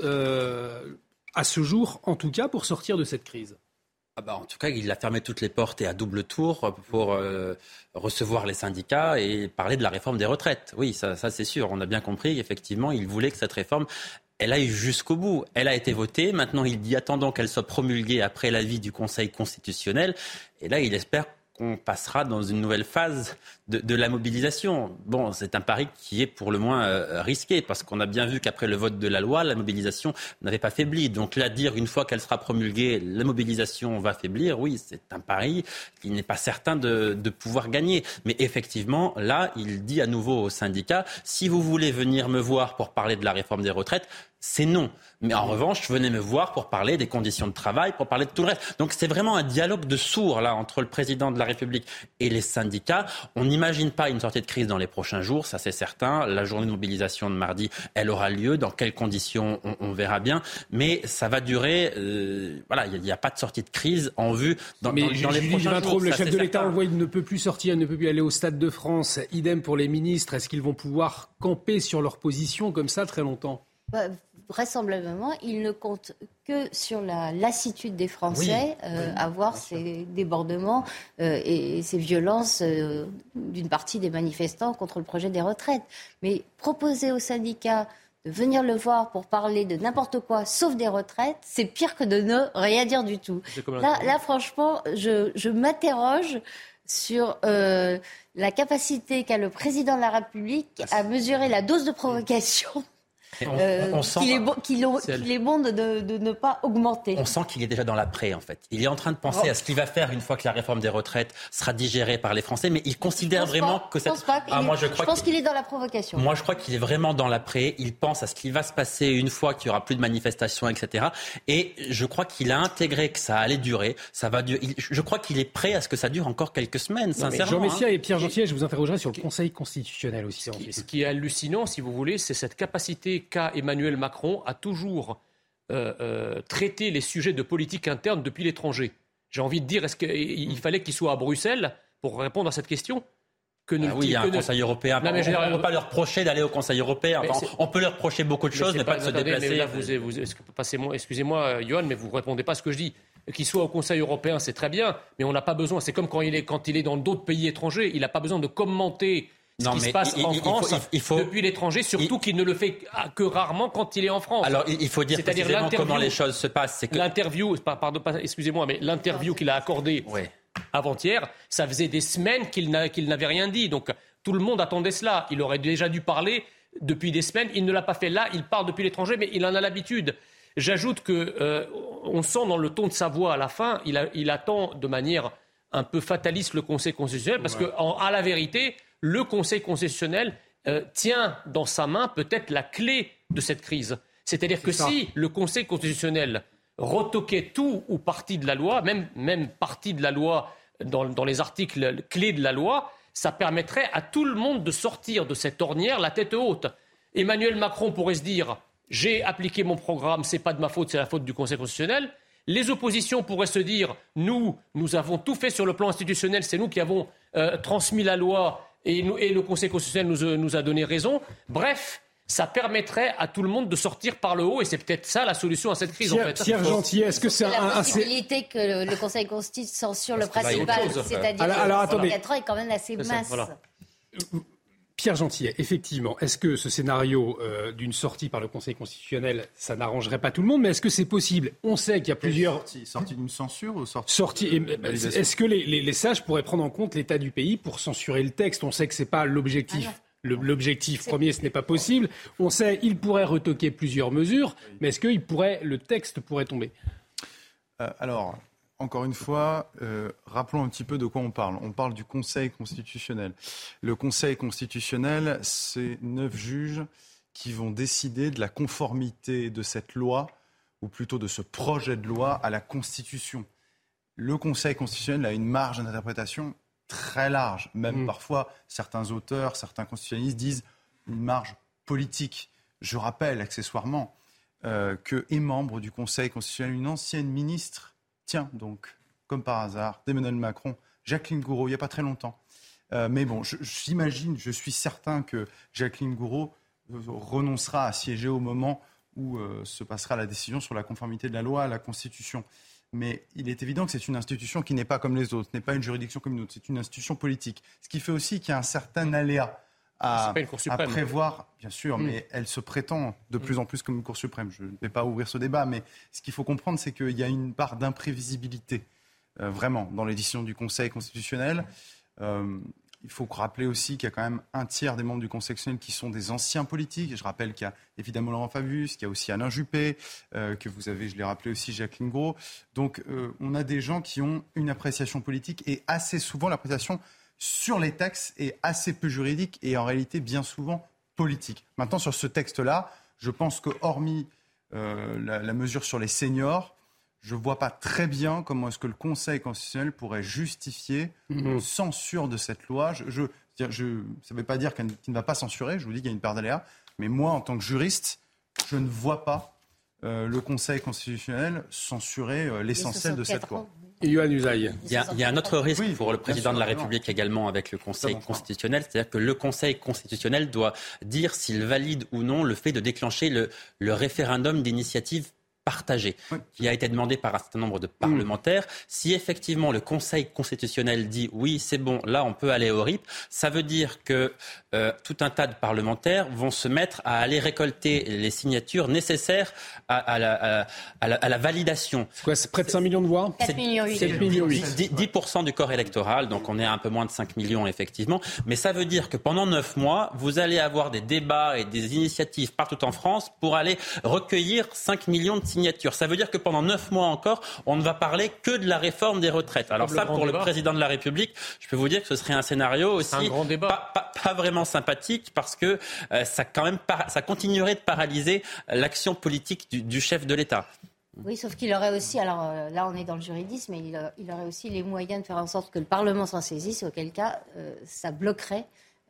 à ce jour en tout cas, pour sortir de cette crise ?
En tout cas, il a fermé toutes les portes et à double tour pour recevoir les syndicats et parler de la réforme des retraites. Oui, ça c'est sûr. On a bien compris qu'effectivement, il voulait que cette réforme, elle aille jusqu'au bout. Elle a été votée. Maintenant, il dit attendant qu'elle soit promulguée après l'avis du Conseil constitutionnel. Et là, il espère qu'on passera dans une nouvelle phase de la mobilisation. Bon, c'est un pari qui est pour le moins risqué, parce qu'on a bien vu qu'après le vote de la loi, la mobilisation n'avait pas faibli. Donc là, dire une fois qu'elle sera promulguée, la mobilisation va faiblir, oui, c'est un pari qui n'est pas certain de pouvoir gagner. Mais effectivement, là, il dit à nouveau aux syndicats, si vous voulez venir me voir pour parler de la réforme des retraites, c'est non. Mais en revanche, venez me voir pour parler des conditions de travail, pour parler de tout le reste. Donc c'est vraiment un dialogue de sourds là entre le président de la République et les syndicats. On n'imagine pas une sortie de crise dans les prochains jours, ça c'est certain. La journée de mobilisation de mardi, elle aura lieu. Dans quelles conditions, on verra bien. Mais ça va durer. Voilà, il n'y a pas de sortie de crise en vue dans les prochains jours.
Le chef de l'État, on voit, il ne peut plus sortir, il ne peut plus aller au Stade de France. Idem pour les ministres. Est-ce qu'ils vont pouvoir camper sur leur position comme ça très longtemps ?
Vraisemblablement, il ne compte que sur la lassitude des Français à voir ces débordements et ces violences d'une partie des manifestants contre le projet des retraites. Mais proposer aux syndicats de venir le voir pour parler de n'importe quoi, sauf des retraites, c'est pire que de ne rien dire du tout. Là franchement, je m'interroge sur la capacité qu'a le président de la République à mesurer la dose de provocation qu'il est bon de ne pas augmenter.
On sent qu'il est déjà dans l'après, en fait. Il est en train de penser à ce qu'il va faire une fois que la réforme des retraites sera digérée par les Français, mais il considère vraiment que cette...
Je pense qu'il est dans la provocation.
Moi, je crois qu'il est vraiment dans l'après. Il pense à ce qui va se passer une fois qu'il n'y aura plus de manifestations, etc. Et je crois qu'il a intégré que ça allait durer. Ça va durer. Je crois qu'il est prêt à ce que ça dure encore quelques semaines, sincèrement.
Jean Messia et Pierre Gentillet, je vous interrogerai sur le Conseil constitutionnel aussi.
Ce qui est hallucinant, si vous voulez, c'est cette capacité qu'a Emmanuel Macron à toujours traiter les sujets de politique interne depuis l'étranger. J'ai envie de dire, est-ce qu'il fallait qu'il soit à Bruxelles pour répondre à cette question ?
Il y a un Conseil européen. On ne peut pas leur reprocher d'aller au Conseil européen. On peut leur reprocher beaucoup de choses, mais pas de se déplacer.
Mais là, excusez-moi, Johan, mais vous ne répondez pas à ce que je dis. Qu'il soit au Conseil européen, c'est très bien, mais on n'a pas besoin. C'est comme quand il est dans d'autres pays étrangers. Il n'a pas besoin de commenter ce qui se passe en France depuis l'étranger, surtout qu'il ne le fait que rarement quand il est en France.
Alors, il faut dire précisément comment les choses se passent. C'est que...
L'interview, excusez-moi, mais l'interview qu'il a accordée avant-hier, ça faisait des semaines qu'il n'avait rien dit. Donc, tout le monde attendait cela. Il aurait déjà dû parler depuis des semaines. Il ne l'a pas fait là. Il parle depuis l'étranger, mais il en a l'habitude. J'ajoute qu'on sent dans le ton de sa voix à la fin, il attend de manière un peu fataliste le Conseil constitutionnel, parce qu'à la vérité, le Conseil constitutionnel tient dans sa main peut-être la clé de cette crise. C'est-à-dire que si le Conseil constitutionnel retoquait tout ou partie de la loi, même partie de la loi dans les articles clés de la loi, ça permettrait à tout le monde de sortir de cette ornière la tête haute. Emmanuel Macron pourrait se dire « j'ai appliqué mon programme, c'est pas de ma faute, c'est la faute du Conseil constitutionnel ». Les oppositions pourraient se dire « nous avons tout fait sur le plan institutionnel, c'est nous qui avons transmis la loi et le Conseil constitutionnel nous a donné raison ». Bref, ça permettrait à tout le monde de sortir par le haut et c'est peut-être ça la solution à cette crise.
Pierre Gentillet, est-ce que c'est
la possibilité que le Conseil constitutionnel censure le principal, c'est-à-dire que 4 ans est quand même assez mince.
Pierre Gentillet, effectivement, est-ce que ce scénario d'une sortie par le Conseil constitutionnel, ça n'arrangerait pas tout le monde, mais est-ce que c'est possible ? On sait qu'il y a plusieurs...
Sortie d'une censure ou
sortie est-ce que les sages pourraient prendre en compte l'état du pays pour censurer le texte ? On sait que ce n'est pas l'objectif. L'objectif premier, ce n'est pas possible. On sait qu'il pourrait retoquer plusieurs mesures, mais est-ce que le texte pourrait tomber ?
Alors, encore une fois, rappelons un petit peu de quoi on parle. On parle du Conseil constitutionnel. Le Conseil constitutionnel, c'est 9 juges qui vont décider de la conformité de cette loi, ou plutôt de ce projet de loi, à la Constitution. Le Conseil constitutionnel a une marge d'interprétation très large. Même parfois, certains auteurs, certains constitutionnalistes disent une marge politique. Je rappelle accessoirement que est membre du Conseil constitutionnel une ancienne ministre, tiens donc, comme par hasard, d'Emmanuel Macron, Jacqueline Gourault, il n'y a pas très longtemps. Mais bon, j'imagine, je suis certain que Jacqueline Gourault renoncera à siéger au moment où se passera la décision sur la conformité de la loi à la Constitution. Mais il est évident que c'est une institution qui n'est pas comme les autres, n'est pas une juridiction comme une autre, c'est une institution politique. Ce qui fait aussi qu'il y a un certain aléa à prévoir, bien sûr, mais elle se prétend de plus en plus comme une Cour suprême. Je ne vais pas ouvrir ce débat, mais ce qu'il faut comprendre, c'est qu'il y a une part d'imprévisibilité, vraiment, dans les décisions du Conseil constitutionnel. Il faut rappeler aussi qu'il y a quand même un tiers des membres du Conseil constitutionnel qui sont des anciens politiques. Je rappelle qu'il y a évidemment Laurent Fabius, qu'il y a aussi Alain Juppé, que vous avez, je l'ai rappelé aussi, Jacqueline Gourault. Donc on a des gens qui ont une appréciation politique et assez souvent l'appréciation sur les textes est assez peu juridique et en réalité bien souvent politique. Maintenant sur ce texte-là, je pense que hormis la mesure sur les seniors, je ne vois pas très bien comment est-ce que le Conseil constitutionnel pourrait justifier une censure de cette loi. Ça ne veut pas dire qu'il ne va pas censurer, je vous dis qu'il y a une part d'aléa, mais moi, en tant que juriste, je ne vois pas le Conseil constitutionnel censurer l'essentiel de cette loi.
Et Yohann Usaï.
Il y a un autre risque pour le président de la République également avec le Conseil constitutionnel, c'est-à-dire que le Conseil constitutionnel doit dire s'il valide ou non le fait de déclencher le référendum d'initiative partagée, qui a été demandée par un certain nombre de parlementaires. Si effectivement le Conseil constitutionnel dit oui, c'est bon, là on peut aller au RIP, ça veut dire que tout un tas de parlementaires vont se mettre à aller récolter les signatures nécessaires à la validation.
C'est quoi, c'est près de 5 millions de voix?
4 millions
10% du corps électoral, donc on est à un peu moins de 5 millions effectivement. Mais ça veut dire que pendant 9 mois, vous allez avoir des débats et des initiatives partout en France pour aller recueillir 5 millions de signatures. Ça veut dire que pendant 9 mois encore, on ne va parler que de la réforme des retraites. Alors ça, pour le président de la République, je peux vous dire que ce serait un scénario aussi pas vraiment sympathique parce que ça continuerait de paralyser l'action politique du chef de l'État.
Oui, sauf qu'il aurait aussi, alors là on est dans le juridisme, mais il aurait aussi les moyens de faire en sorte que le Parlement s'en saisisse, auquel cas ça bloquerait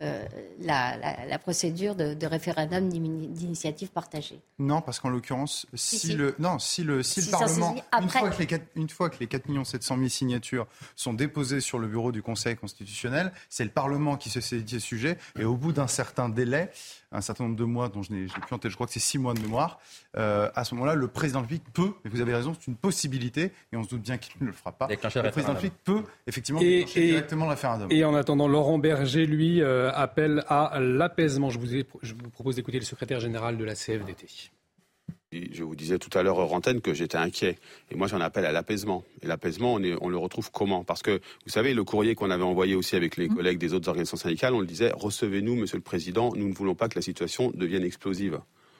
la procédure de référendum d'initiative partagée.
Non, parce qu'en l'occurrence, si le Parlement, une fois que les 4 700 000 signatures sont déposées sur le bureau du Conseil constitutionnel, c'est le Parlement qui se saisit du sujet, et au bout d'un certain délai, un certain nombre de mois, dont je n'ai plus en tête, je crois que c'est 6 mois de mémoire, à ce moment-là, le président de la République peut, et vous avez raison, c'est une possibilité, et on se doute bien qu'il ne le fera pas, le président de la République peut effectivement déclencher directement le référendum.
Et en attendant, Laurent Berger, lui, appelle à l'apaisement. Je vous propose d'écouter le secrétaire général de la CFDT.
Je vous disais tout à l'heure hors antenne que j'étais inquiet. Et moi, j'en appelle à l'apaisement. Et l'apaisement, on le retrouve comment ? Parce que, vous savez, le courrier qu'on avait envoyé aussi avec les collègues des autres organisations syndicales, on le disait, recevez-nous, Monsieur le Président, nous ne voulons pas que la situation devienne explosive.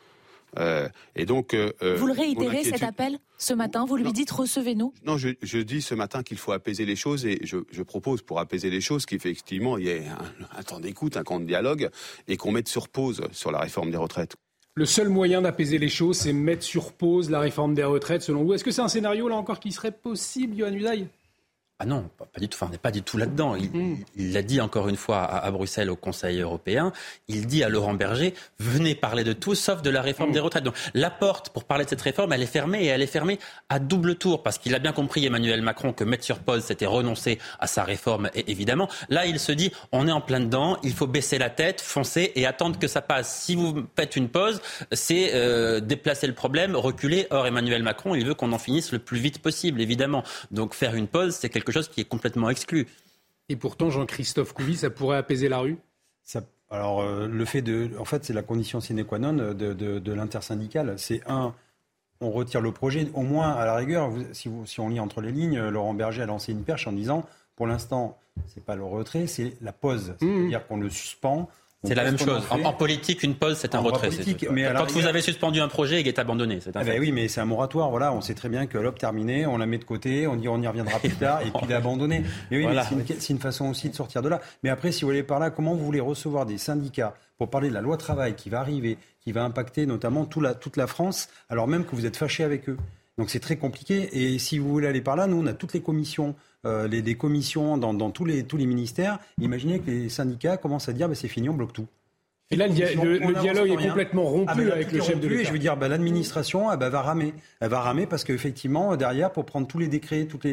Et donc,
vous le réitérez cet appel ce matin, vous lui dites recevez-nous ?
Non, je dis ce matin qu'il faut apaiser les choses et je propose pour apaiser les choses qu'effectivement il y ait un temps d'écoute, un temps de dialogue et qu'on mette sur pause sur la réforme des retraites.
Le seul moyen d'apaiser les choses, c'est mettre sur pause la réforme des retraites, selon vous. Est-ce que c'est un scénario, là encore, qui serait possible, Yohann Usaï ?
Ah non, pas du tout. Enfin, on n'est pas du tout là-dedans. Il l'a dit encore une fois à Bruxelles au Conseil européen. Il dit à Laurent Berger, venez parler de tout sauf de la réforme des retraites. Donc la porte pour parler de cette réforme, elle est fermée et elle est fermée à double tour parce qu'il a bien compris, Emmanuel Macron, que mettre sur pause, c'était renoncer à sa réforme, évidemment. Là, il se dit, on est en plein dedans, il faut baisser la tête, foncer et attendre que ça passe. Si vous faites une pause, c'est déplacer le problème, reculer. Or, Emmanuel Macron, il veut qu'on en finisse le plus vite possible, évidemment. Donc faire une pause, c'est quelque chose qui est complètement exclu.
Et pourtant, Jean-Christophe Couvi, ça pourrait apaiser la rue ?
Alors, le fait en fait, c'est la condition sine qua non de l'intersyndicale. C'est on retire le projet. Au moins, à la rigueur, si on lit entre les lignes, Laurent Berger a lancé une perche en disant, pour l'instant, c'est pas le retrait, c'est la pause. C'est-à-dire qu'on le suspend.
C'est la même chose. En politique, une pause, c'est un retrait. Mais quand vous avez suspendu un projet, il est abandonné. C'est un fait.
Oui, mais c'est un moratoire. Voilà, on sait très bien que l'op terminé, on la met de côté, on dit on y reviendra plus tard, et puis il est abandonné. Mais oui, voilà. Mais c'est une façon aussi de sortir de là. Mais après, si vous voulez par là, comment vous voulez recevoir des syndicats pour parler de la loi travail qui va arriver, qui va impacter notamment toute la France, alors même que vous êtes fâchés avec eux. Donc c'est très compliqué. Et si vous voulez aller par là, nous, on a toutes les commissions. Les commissions dans tous les ministères. Imaginez que les syndicats commencent à dire c'est fini, on bloque tout.
Et là, le dialogue est complètement rompu avec le chef de l'État.
Je veux dire, l'administration va ramer. Elle va ramer parce qu'effectivement, derrière, pour prendre tous les décrets, toutes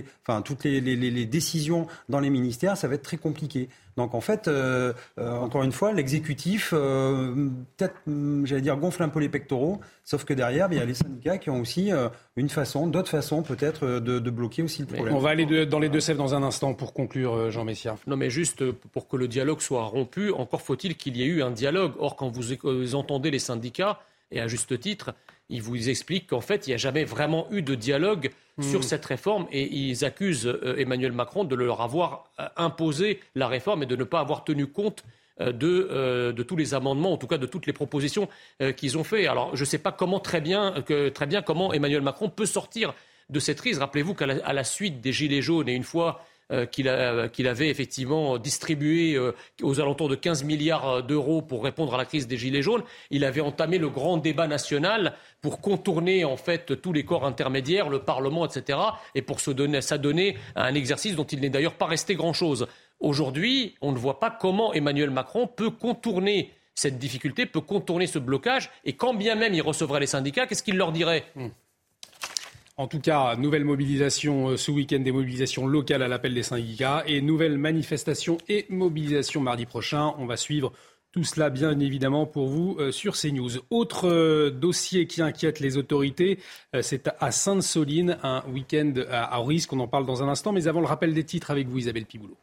les décisions dans les ministères, ça va être très compliqué. Donc en fait, encore une fois, l'exécutif, peut-être, j'allais dire, gonfle un peu les pectoraux, sauf que derrière, il y a les syndicats qui ont aussi d'autres façons peut-être de bloquer aussi le problème.
On va aller dans les Deux-Sèvres dans un instant pour conclure, Jean Messia.
Non mais juste pour que le dialogue soit rompu, encore faut-il qu'il y ait eu un dialogue. Or, quand vous entendez les syndicats, et à juste titre, ils vous expliquent qu'en fait, il n'y a jamais vraiment eu de dialogue sur cette réforme et ils accusent Emmanuel Macron de leur avoir imposé la réforme et de ne pas avoir tenu compte de tous les amendements, en tout cas de toutes les propositions qu'ils ont fait. Alors, je ne sais pas très bien comment Emmanuel Macron peut sortir de cette crise. Rappelez-vous qu'à la suite des Gilets jaunes et une fois qu'il avait effectivement distribué aux alentours de 15 milliards d'euros pour répondre à la crise des Gilets jaunes, il avait entamé le grand débat national pour contourner en fait tous les corps intermédiaires, le Parlement, etc. et pour s'adonner à un exercice dont il n'est d'ailleurs pas resté grand-chose. Aujourd'hui, on ne voit pas comment Emmanuel Macron peut contourner cette difficulté, peut contourner ce blocage, et quand bien même il recevrait les syndicats, qu'est-ce qu'il leur dirait ?
En tout cas, nouvelle mobilisation ce week-end, des mobilisations locales à l'appel des syndicats et nouvelle manifestation et mobilisation mardi prochain. On va suivre Tout cela, bien évidemment, pour vous sur CNews. Autre dossier qui inquiète les autorités, c'est à Sainte-Soline, un week-end à risque. On en parle dans un instant, mais avant le rappel des titres avec vous, Isabelle Piboulot.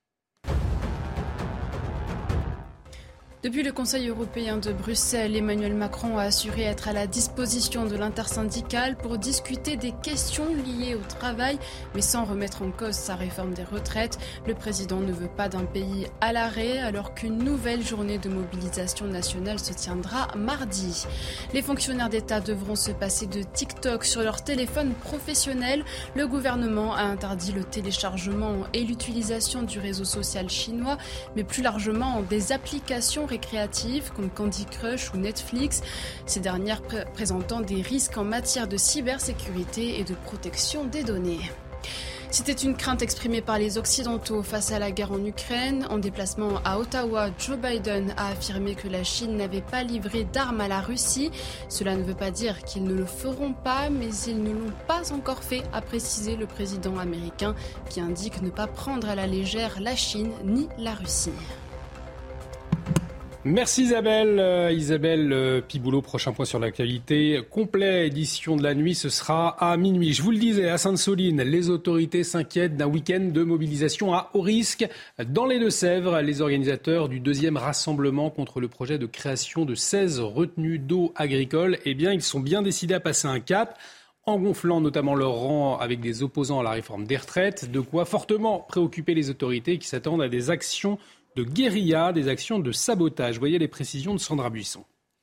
Depuis le Conseil européen de Bruxelles, Emmanuel Macron a assuré être à la disposition de l'intersyndicale pour discuter des questions liées au travail, mais sans remettre en cause sa réforme des retraites. Le président ne veut pas d'un pays à l'arrêt, alors qu'une nouvelle journée de mobilisation nationale se tiendra mardi. Les fonctionnaires d'État devront se passer de TikTok sur leur téléphone professionnel. Le gouvernement a interdit le téléchargement et l'utilisation du réseau social chinois, mais plus largement des applications récréatives comme Candy Crush ou Netflix, ces dernières présentant des risques en matière de cybersécurité et de protection des données. C'était une crainte exprimée par les Occidentaux face à la guerre en Ukraine. En déplacement à Ottawa, Joe Biden a affirmé que la Chine n'avait pas livré d'armes à la Russie. Cela ne veut pas dire qu'ils ne le feront pas, mais ils ne l'ont pas encore fait, a précisé le président américain, qui indique ne pas prendre à la légère la Chine ni la Russie.
Merci Isabelle. Isabelle Piboulot, prochain point sur l'actualité. Complet, édition de la nuit, ce sera à minuit. Je vous le disais, à Sainte-Soline, les autorités s'inquiètent d'un week-end de mobilisation à haut risque. Dans les Deux-Sèvres, les organisateurs du 2e rassemblement contre le projet de création de 16 retenues d'eau agricoles, ils sont bien décidés à passer un cap, en gonflant notamment leur rang avec des opposants à la réforme des retraites, de quoi fortement préoccuper les autorités qui s'attendent à des actions de guérilla, des actions de sabotage. Voyez les précisions de Sandra Buisson.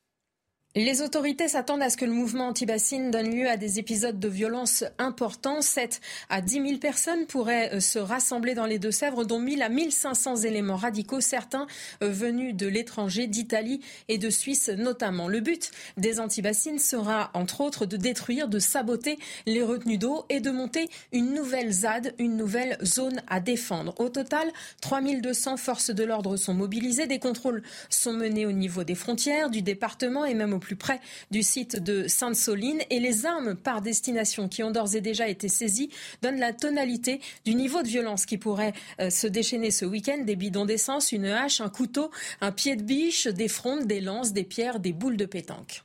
Les autorités s'attendent à ce que le mouvement anti-bassine donne lieu à des épisodes de violence importants. 7 à 10 000 personnes pourraient se rassembler dans les Deux-Sèvres, dont 1 000 à 1 500 éléments radicaux, certains venus de l'étranger, d'Italie et de Suisse notamment. Le but des anti-bassines sera, entre autres, de détruire, de saboter les retenues d'eau et de monter une nouvelle ZAD, une nouvelle zone à défendre. Au total, 3 200 forces de l'ordre sont mobilisées. Des contrôles sont menés au niveau des frontières, du département et même au plus près du site de Sainte-Soline, et les armes par destination qui ont d'ores et déjà été saisies donnent la tonalité du niveau de violence qui pourrait se déchaîner ce week-end. Des bidons d'essence, une hache, un couteau, un pied de biche, des frondes, des lances, des pierres, des boules de pétanque.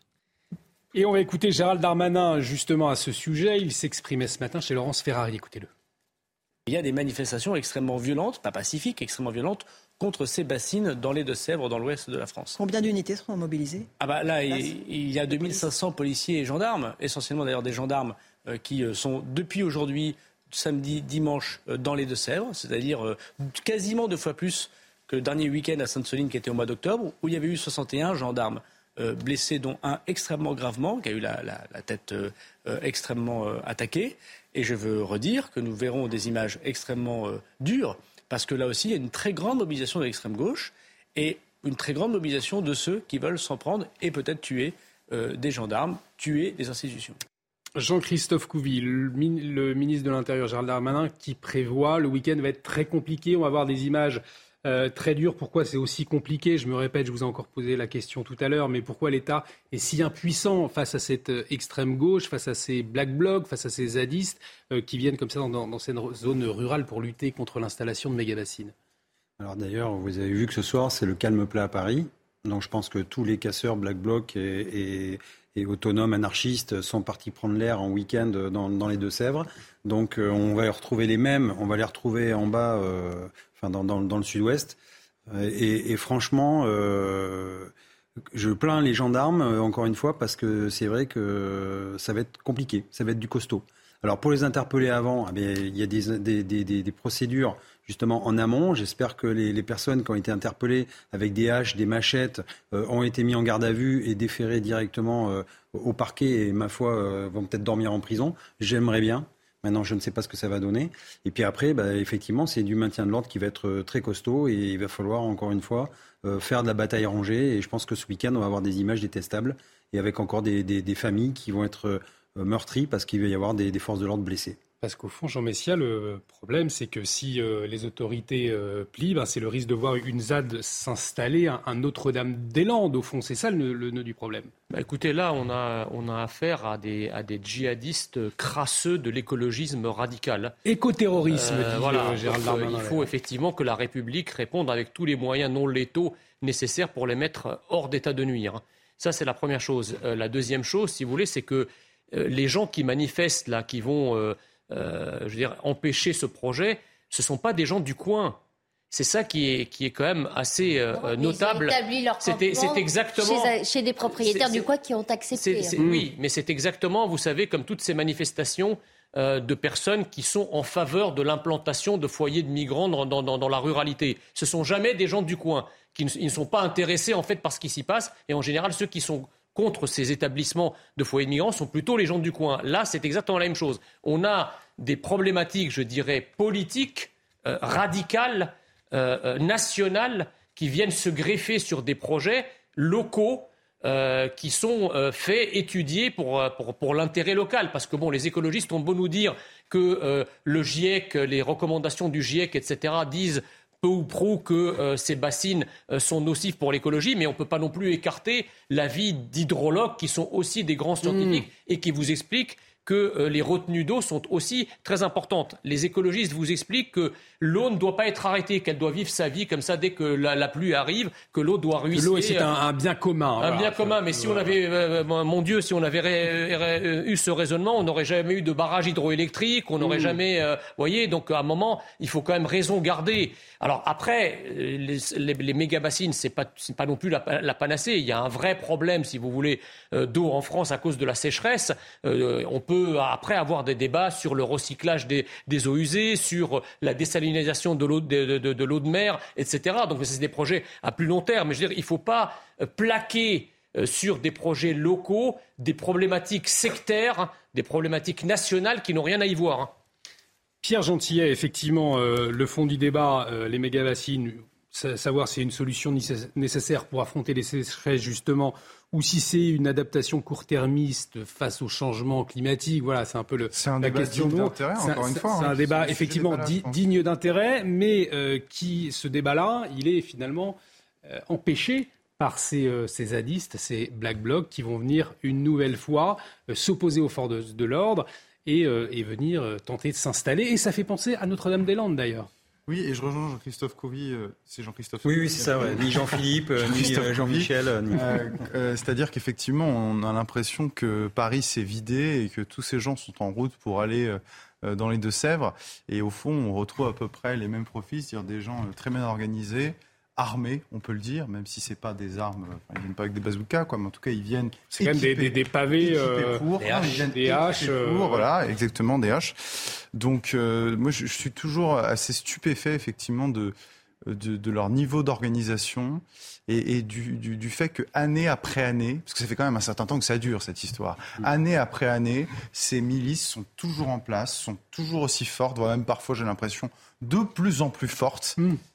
Et on va écouter Gérald Darmanin justement à ce sujet. Il s'exprimait ce matin chez Laurence Ferrari. Écoutez-le.
Il y a des manifestations extrêmement violentes, pas pacifiques, extrêmement violentes, contre ces bassines dans les Deux-Sèvres, dans l'ouest de la France.
Combien d'unités seront mobilisées ?
Là, il y a 2500 policiers et gendarmes, essentiellement d'ailleurs des gendarmes qui sont depuis aujourd'hui, samedi, dimanche, dans les Deux-Sèvres, c'est-à-dire quasiment 2 fois plus que le dernier week-end à Sainte-Soline qui était au mois d'octobre, où il y avait eu 61 gendarmes blessés, dont un extrêmement gravement, qui a eu la tête extrêmement attaquée. Et je veux redire que nous verrons des images extrêmement dures, parce que là aussi, il y a une très grande mobilisation de l'extrême gauche et une très grande mobilisation de ceux qui veulent s'en prendre et peut-être tuer des gendarmes, tuer des institutions.
Jean-Christophe Couvi, le ministre de l'Intérieur Gérald Darmanin, qui prévoit le week-end va être très compliqué. On va avoir des images très dures. Pourquoi c'est aussi compliqué ? Je me répète, je vous ai encore posé la question tout à l'heure, mais pourquoi l'État est si impuissant face à cette extrême gauche, face à ces black blocs, face à ces zadistes qui viennent comme ça dans cette zone rurale pour lutter contre l'installation de méga-bassines ?
Alors d'ailleurs, vous avez vu que ce soir, c'est le calme plat à Paris. Donc je pense que tous les casseurs black blocs et autonomes anarchistes sont partis prendre l'air en week-end dans les Deux-Sèvres. Donc on va retrouver les mêmes, on va les retrouver en bas, dans le sud-ouest. Et franchement, je plains les gendarmes, encore une fois, parce que c'est vrai que ça va être compliqué, ça va être du costaud. Alors pour les interpeller avant, il y a des procédures justement en amont. J'espère que les personnes qui ont été interpellées avec des haches, des machettes, ont été mis en garde à vue et déférées directement au parquet et, ma foi, vont peut-être dormir en prison. J'aimerais bien. Maintenant, je ne sais pas ce que ça va donner. Et puis après, effectivement, c'est du maintien de l'ordre qui va être très costaud et il va falloir, encore une fois, faire de la bataille rangée. Et je pense que ce week-end, on va avoir des images détestables et avec encore des familles qui vont être meurtries parce qu'il va y avoir des forces de l'ordre blessées.
Parce qu'au fond, Jean Messia, le problème, c'est que si les autorités plient, c'est le risque de voir une ZAD s'installer, un Notre-Dame-des-Landes, au fond. C'est ça le nœud du problème.
Écoutez, là, on a affaire à des djihadistes crasseux de l'écologisme radical.
Écoterrorisme, dit Gérald Darmanin.
Il faut effectivement que la République réponde avec tous les moyens non létaux nécessaires pour les mettre hors d'état de nuire. Ça, c'est la première chose. La deuxième chose, si vous voulez, c'est que les gens qui manifestent, là, qui vont... empêcher ce projet, ce ne sont pas des gens du coin. C'est ça qui est quand même assez notable.
Ils ont établi leur campement
exactement
chez des propriétaires du coin qui ont accepté.
Oui, mais c'est exactement, vous savez, comme toutes ces manifestations de personnes qui sont en faveur de l'implantation de foyers de migrants dans la ruralité. Ce ne sont jamais des gens du coin qui ne sont pas intéressés en fait par ce qui s'y passe. Et en général, ceux qui sont contre ces établissements de foyers de migrants sont plutôt les gens du coin. Là, c'est exactement la même chose. On a des problématiques, je dirais, politiques, radicales, nationales, qui viennent se greffer sur des projets locaux qui sont faits, étudiés pour l'intérêt local. Parce que les écologistes ont beau nous dire que le GIEC, les recommandations du GIEC, etc., disent peu ou prou que ces bassines sont nocifs pour l'écologie, mais on ne peut pas non plus écarter l'avis d'hydrologues qui sont aussi des grands scientifiques et qui vous expliquent que les retenues d'eau sont aussi très importantes. Les écologistes vous expliquent que l'eau ne doit pas être arrêtée, qu'elle doit vivre sa vie comme ça dès que la pluie arrive, que l'eau doit ruisseler.
L'eau, c'est un bien commun.
Un bien commun, mais si on avait, mon Dieu, si on avait eu ce raisonnement, on n'aurait jamais eu de barrage hydroélectrique, on n'aurait jamais... voyez, donc à un moment, il faut quand même raison garder. Alors après, les méga-bassines, c'est pas non plus la panacée. Il y a un vrai problème, si vous voulez, d'eau en France à cause de la sécheresse. On peut après avoir des débats sur le recyclage des eaux usées, sur la désalinisation de l'eau de mer, etc. Donc c'est des projets à plus long terme. Mais je veux dire, il ne faut pas plaquer sur des projets locaux des problématiques sectaires, des problématiques nationales qui n'ont rien à y voir.
Pierre Gentillet, effectivement, le fond du débat, les méga-bassines, savoir si c'est une solution nécessaire pour affronter les sécheresses, justement, ou si c'est une adaptation court-termiste face au changement climatique. Voilà, c'est un peu
la question digne d'intérêt, encore une fois.
C'est un débat, effectivement, digne d'intérêt, mais ce débat-là, il est finalement empêché par ces zadistes, ces Black Blocs, qui vont venir une nouvelle fois s'opposer aux forces de l'ordre et venir tenter de s'installer. Et ça fait penser à Notre-Dame-des-Landes, d'ailleurs.
Oui, et je rejoins Jean-Christophe Couvi. C'est Jean-Christophe.
Oui, c'est ça. Ouais. Ni Jean-Philippe, ni Jean-Michel.
C'est-à-dire qu'effectivement, on a l'impression que Paris s'est vidé et que tous ces gens sont en route pour aller dans les Deux-Sèvres. Et au fond, on retrouve à peu près les mêmes profils, c'est-à-dire des gens très bien organisés, armés, on peut le dire, même si c'est pas des armes, ils viennent pas avec des bazookas, quoi, mais en tout cas ils viennent.
C'est quand même des pavés, des haches,
voilà, exactement des haches. Donc moi je suis toujours assez stupéfait effectivement de leur niveau d'organisation et du fait que année après année, parce que ça fait quand même un certain temps que ça dure cette histoire, année après année, ces milices sont toujours en place, sont toujours aussi fortes, voire même parfois j'ai l'impression de plus en plus fortes.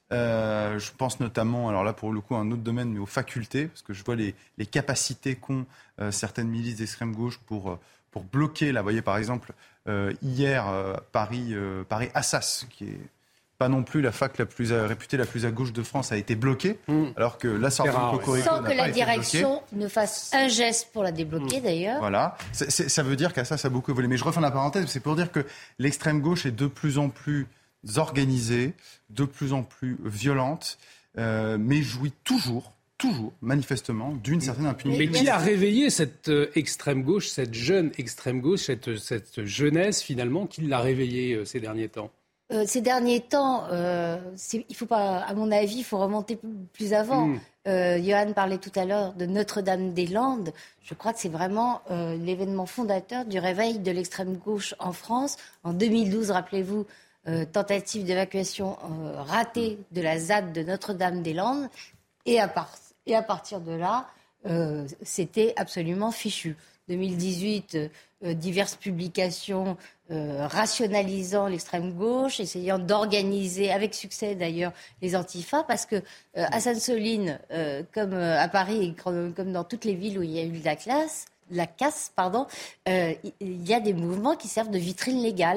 Je pense notamment, alors là pour le coup un autre domaine, mais aux facultés, parce que je vois les capacités qu'ont certaines milices d'extrême gauche pour bloquer. Là, vous voyez par exemple hier Paris Assas, qui est pas non plus la fac la plus réputée la plus à gauche de France, a été bloquée, alors que la sortie de Cocorico
sans que la direction ne fasse un geste pour la débloquer d'ailleurs.
Voilà, ça veut dire qu'Assas a beaucoup évolué. Mais je refais la parenthèse, c'est pour dire que l'extrême gauche est de plus en plus organisée, de plus en plus violente, mais jouit toujours, manifestement, d'une certaine impunité.
Mais qui a réveillé cette extrême gauche, cette jeune extrême gauche, cette jeunesse finalement, qui l'a réveillée ces derniers temps ?
Ces derniers temps, il faut pas, à mon avis, il faut remonter plus avant. Johan parlait tout à l'heure de Notre-Dame-des-Landes. Je crois que c'est vraiment l'événement fondateur du réveil de l'extrême gauche en France. En 2012, rappelez-vous, tentative d'évacuation ratée de la ZAD de Notre-Dame-des-Landes. Et à partir de là, c'était absolument fichu. 2018, diverses publications rationalisant l'extrême gauche, essayant d'organiser, avec succès d'ailleurs, les antifas, parce que à Sainte-Soline, comme à Paris, et comme dans toutes les villes où il y a eu la casse, il y a des mouvements qui servent de vitrine légale.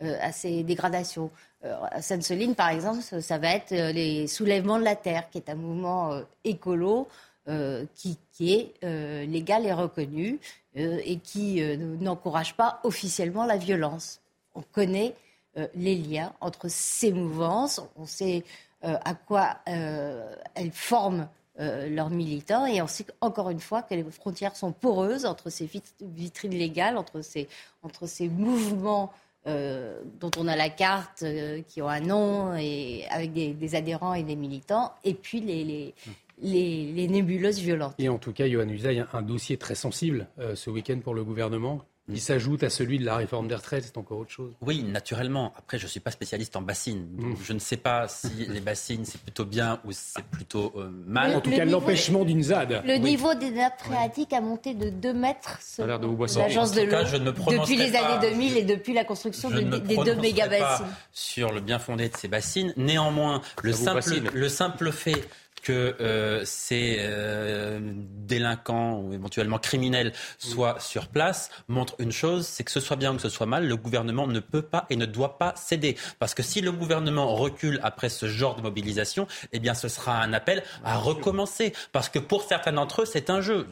à ces dégradations. À Sainte-Soline, par exemple, ça va être les soulèvements de la terre, qui est un mouvement écolo qui est légal et reconnu et qui n'encourage pas officiellement la violence. On connaît les liens entre ces mouvances, on sait à quoi elles forment leurs militants et on sait encore une fois que les frontières sont poreuses entre ces vitrines légales, entre ces mouvements dont on a la carte, qui ont un nom et avec des adhérents et des militants, et puis les nébuleuses violentes.
Et en tout cas, Yohann Usaï, un dossier très sensible ce week-end pour le gouvernement. Il s'ajoute à celui de la réforme des retraites, c'est encore autre chose.
Oui, naturellement. Après, je ne suis pas spécialiste en bassines. Donc je ne sais pas si les bassines, c'est plutôt bien ou c'est plutôt mal.
En tout cas, l'empêchement d'une ZAD.
Le niveau des nappes phréatiques a monté de 2 mètres selon l'agence de l'eau depuis les années 2000 et depuis la construction des 2 méga-bassines.
Sur le bien fondé de ces bassines. Néanmoins, le simple fait que ces délinquants ou éventuellement criminels soient sur place montre une chose, c'est que ce soit bien ou que ce soit mal, le gouvernement ne peut pas et ne doit pas céder. Parce que si le gouvernement recule après ce genre de mobilisation, eh bien ce sera un appel à recommencer. Parce que pour certains d'entre eux, c'est un jeu.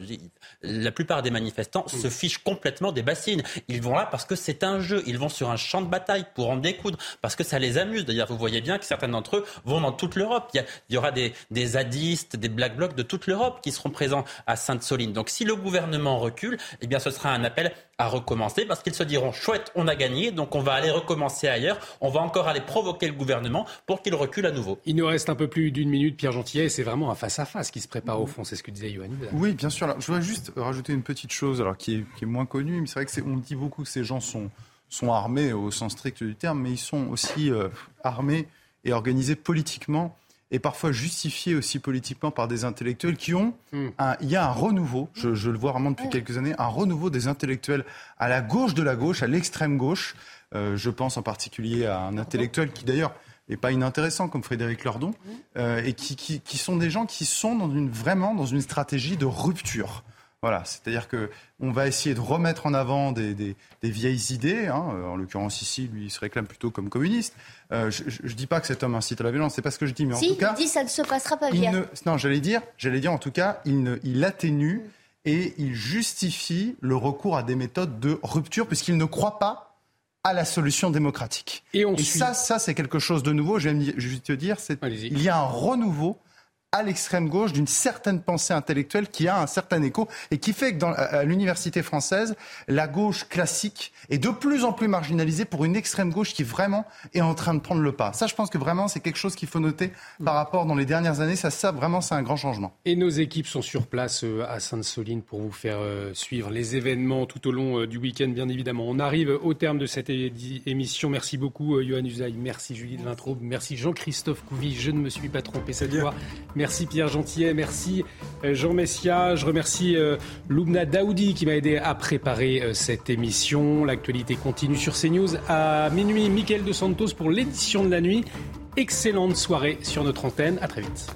La plupart des manifestants se fichent complètement des bassines. Ils vont là parce que c'est un jeu. Ils vont sur un champ de bataille pour en découdre, parce que ça les amuse. D'ailleurs, vous voyez bien que certains d'entre eux vont dans toute l'Europe. Il y aura des zadistes, des Black Blocs de toute l'Europe qui seront présents à Sainte-Soline. Donc si le gouvernement recule, eh bien ce sera un appel à recommencer, parce qu'ils se diront chouette, on a gagné, donc on va aller recommencer ailleurs, on va encore aller provoquer le gouvernement pour qu'il recule à nouveau.
Il nous reste un peu plus d'1 minute, Pierre Gentillet, c'est vraiment un face-à-face qui se prépare au fond, c'est ce que disait Yohann.
Oui, bien sûr. Alors, je voudrais juste rajouter une petite chose alors, qui est moins connue, mais c'est vrai qu'on dit beaucoup que ces gens sont armés au sens strict du terme, mais ils sont aussi armés et organisés politiquement, et parfois justifié aussi politiquement par des intellectuels qui ont... il y a un renouveau, je le vois vraiment depuis quelques années, un renouveau des intellectuels à la gauche de la gauche, à l'extrême gauche. Je pense en particulier à un intellectuel qui d'ailleurs n'est pas inintéressant comme Frédéric Lordon, et qui sont des gens qui sont vraiment dans une stratégie de rupture. Voilà, c'est-à-dire qu'on va essayer de remettre en avant des vieilles idées. En l'occurrence ici, lui, il se réclame plutôt comme communiste. Je ne dis pas que cet homme incite à la violence, c'est pas ce que je dis, mais en tout cas...
il dit ça ne se passera pas bien.
Non, j'allais dire en tout cas, il atténue et il justifie le recours à des méthodes de rupture puisqu'il ne croit pas à la solution démocratique. Et ça, c'est quelque chose de nouveau. Je vais te dire, il y a un renouveau à l'extrême gauche d'une certaine pensée intellectuelle qui a un certain écho et qui fait que à l'université française, la gauche classique est de plus en plus marginalisée pour une extrême gauche qui vraiment est en train de prendre le pas. Ça, je pense que vraiment, c'est quelque chose qu'il faut noter par rapport dans les dernières années. Ça vraiment, c'est un grand changement.
Et nos équipes sont sur place à Sainte-Soline pour vous faire suivre les événements tout au long du week-end, bien évidemment. On arrive au terme de cette émission. Merci beaucoup, Yohann Usaï. Merci, Judith Vintraube. Merci, Jean-Christophe Couvi. Je ne me suis pas trompé cette fois. Merci Pierre Gentillet, merci Jean Messia. Je remercie Loubna Daoudi qui m'a aidé à préparer cette émission. L'actualité continue sur CNews. À minuit, Mickaël de Santos pour l'édition de la nuit. Excellente soirée sur notre antenne. À très vite.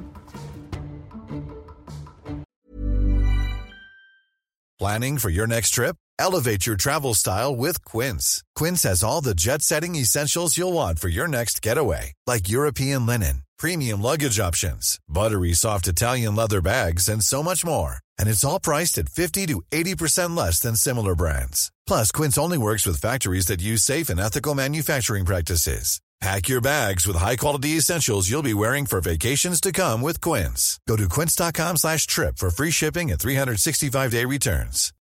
Planning for your next trip? Elevate your travel style with Quince. Quince has all the jet-setting essentials you'll want for your next getaway, like European linen, premium luggage options, buttery soft Italian leather bags, and so much more. And it's all priced at 50 to 80% less than similar brands. Plus, Quince only works with factories that use safe and ethical manufacturing practices. Pack your bags with high-quality essentials you'll be wearing for vacations to come with Quince. Go to quince.com/trip for free shipping and 365-day returns.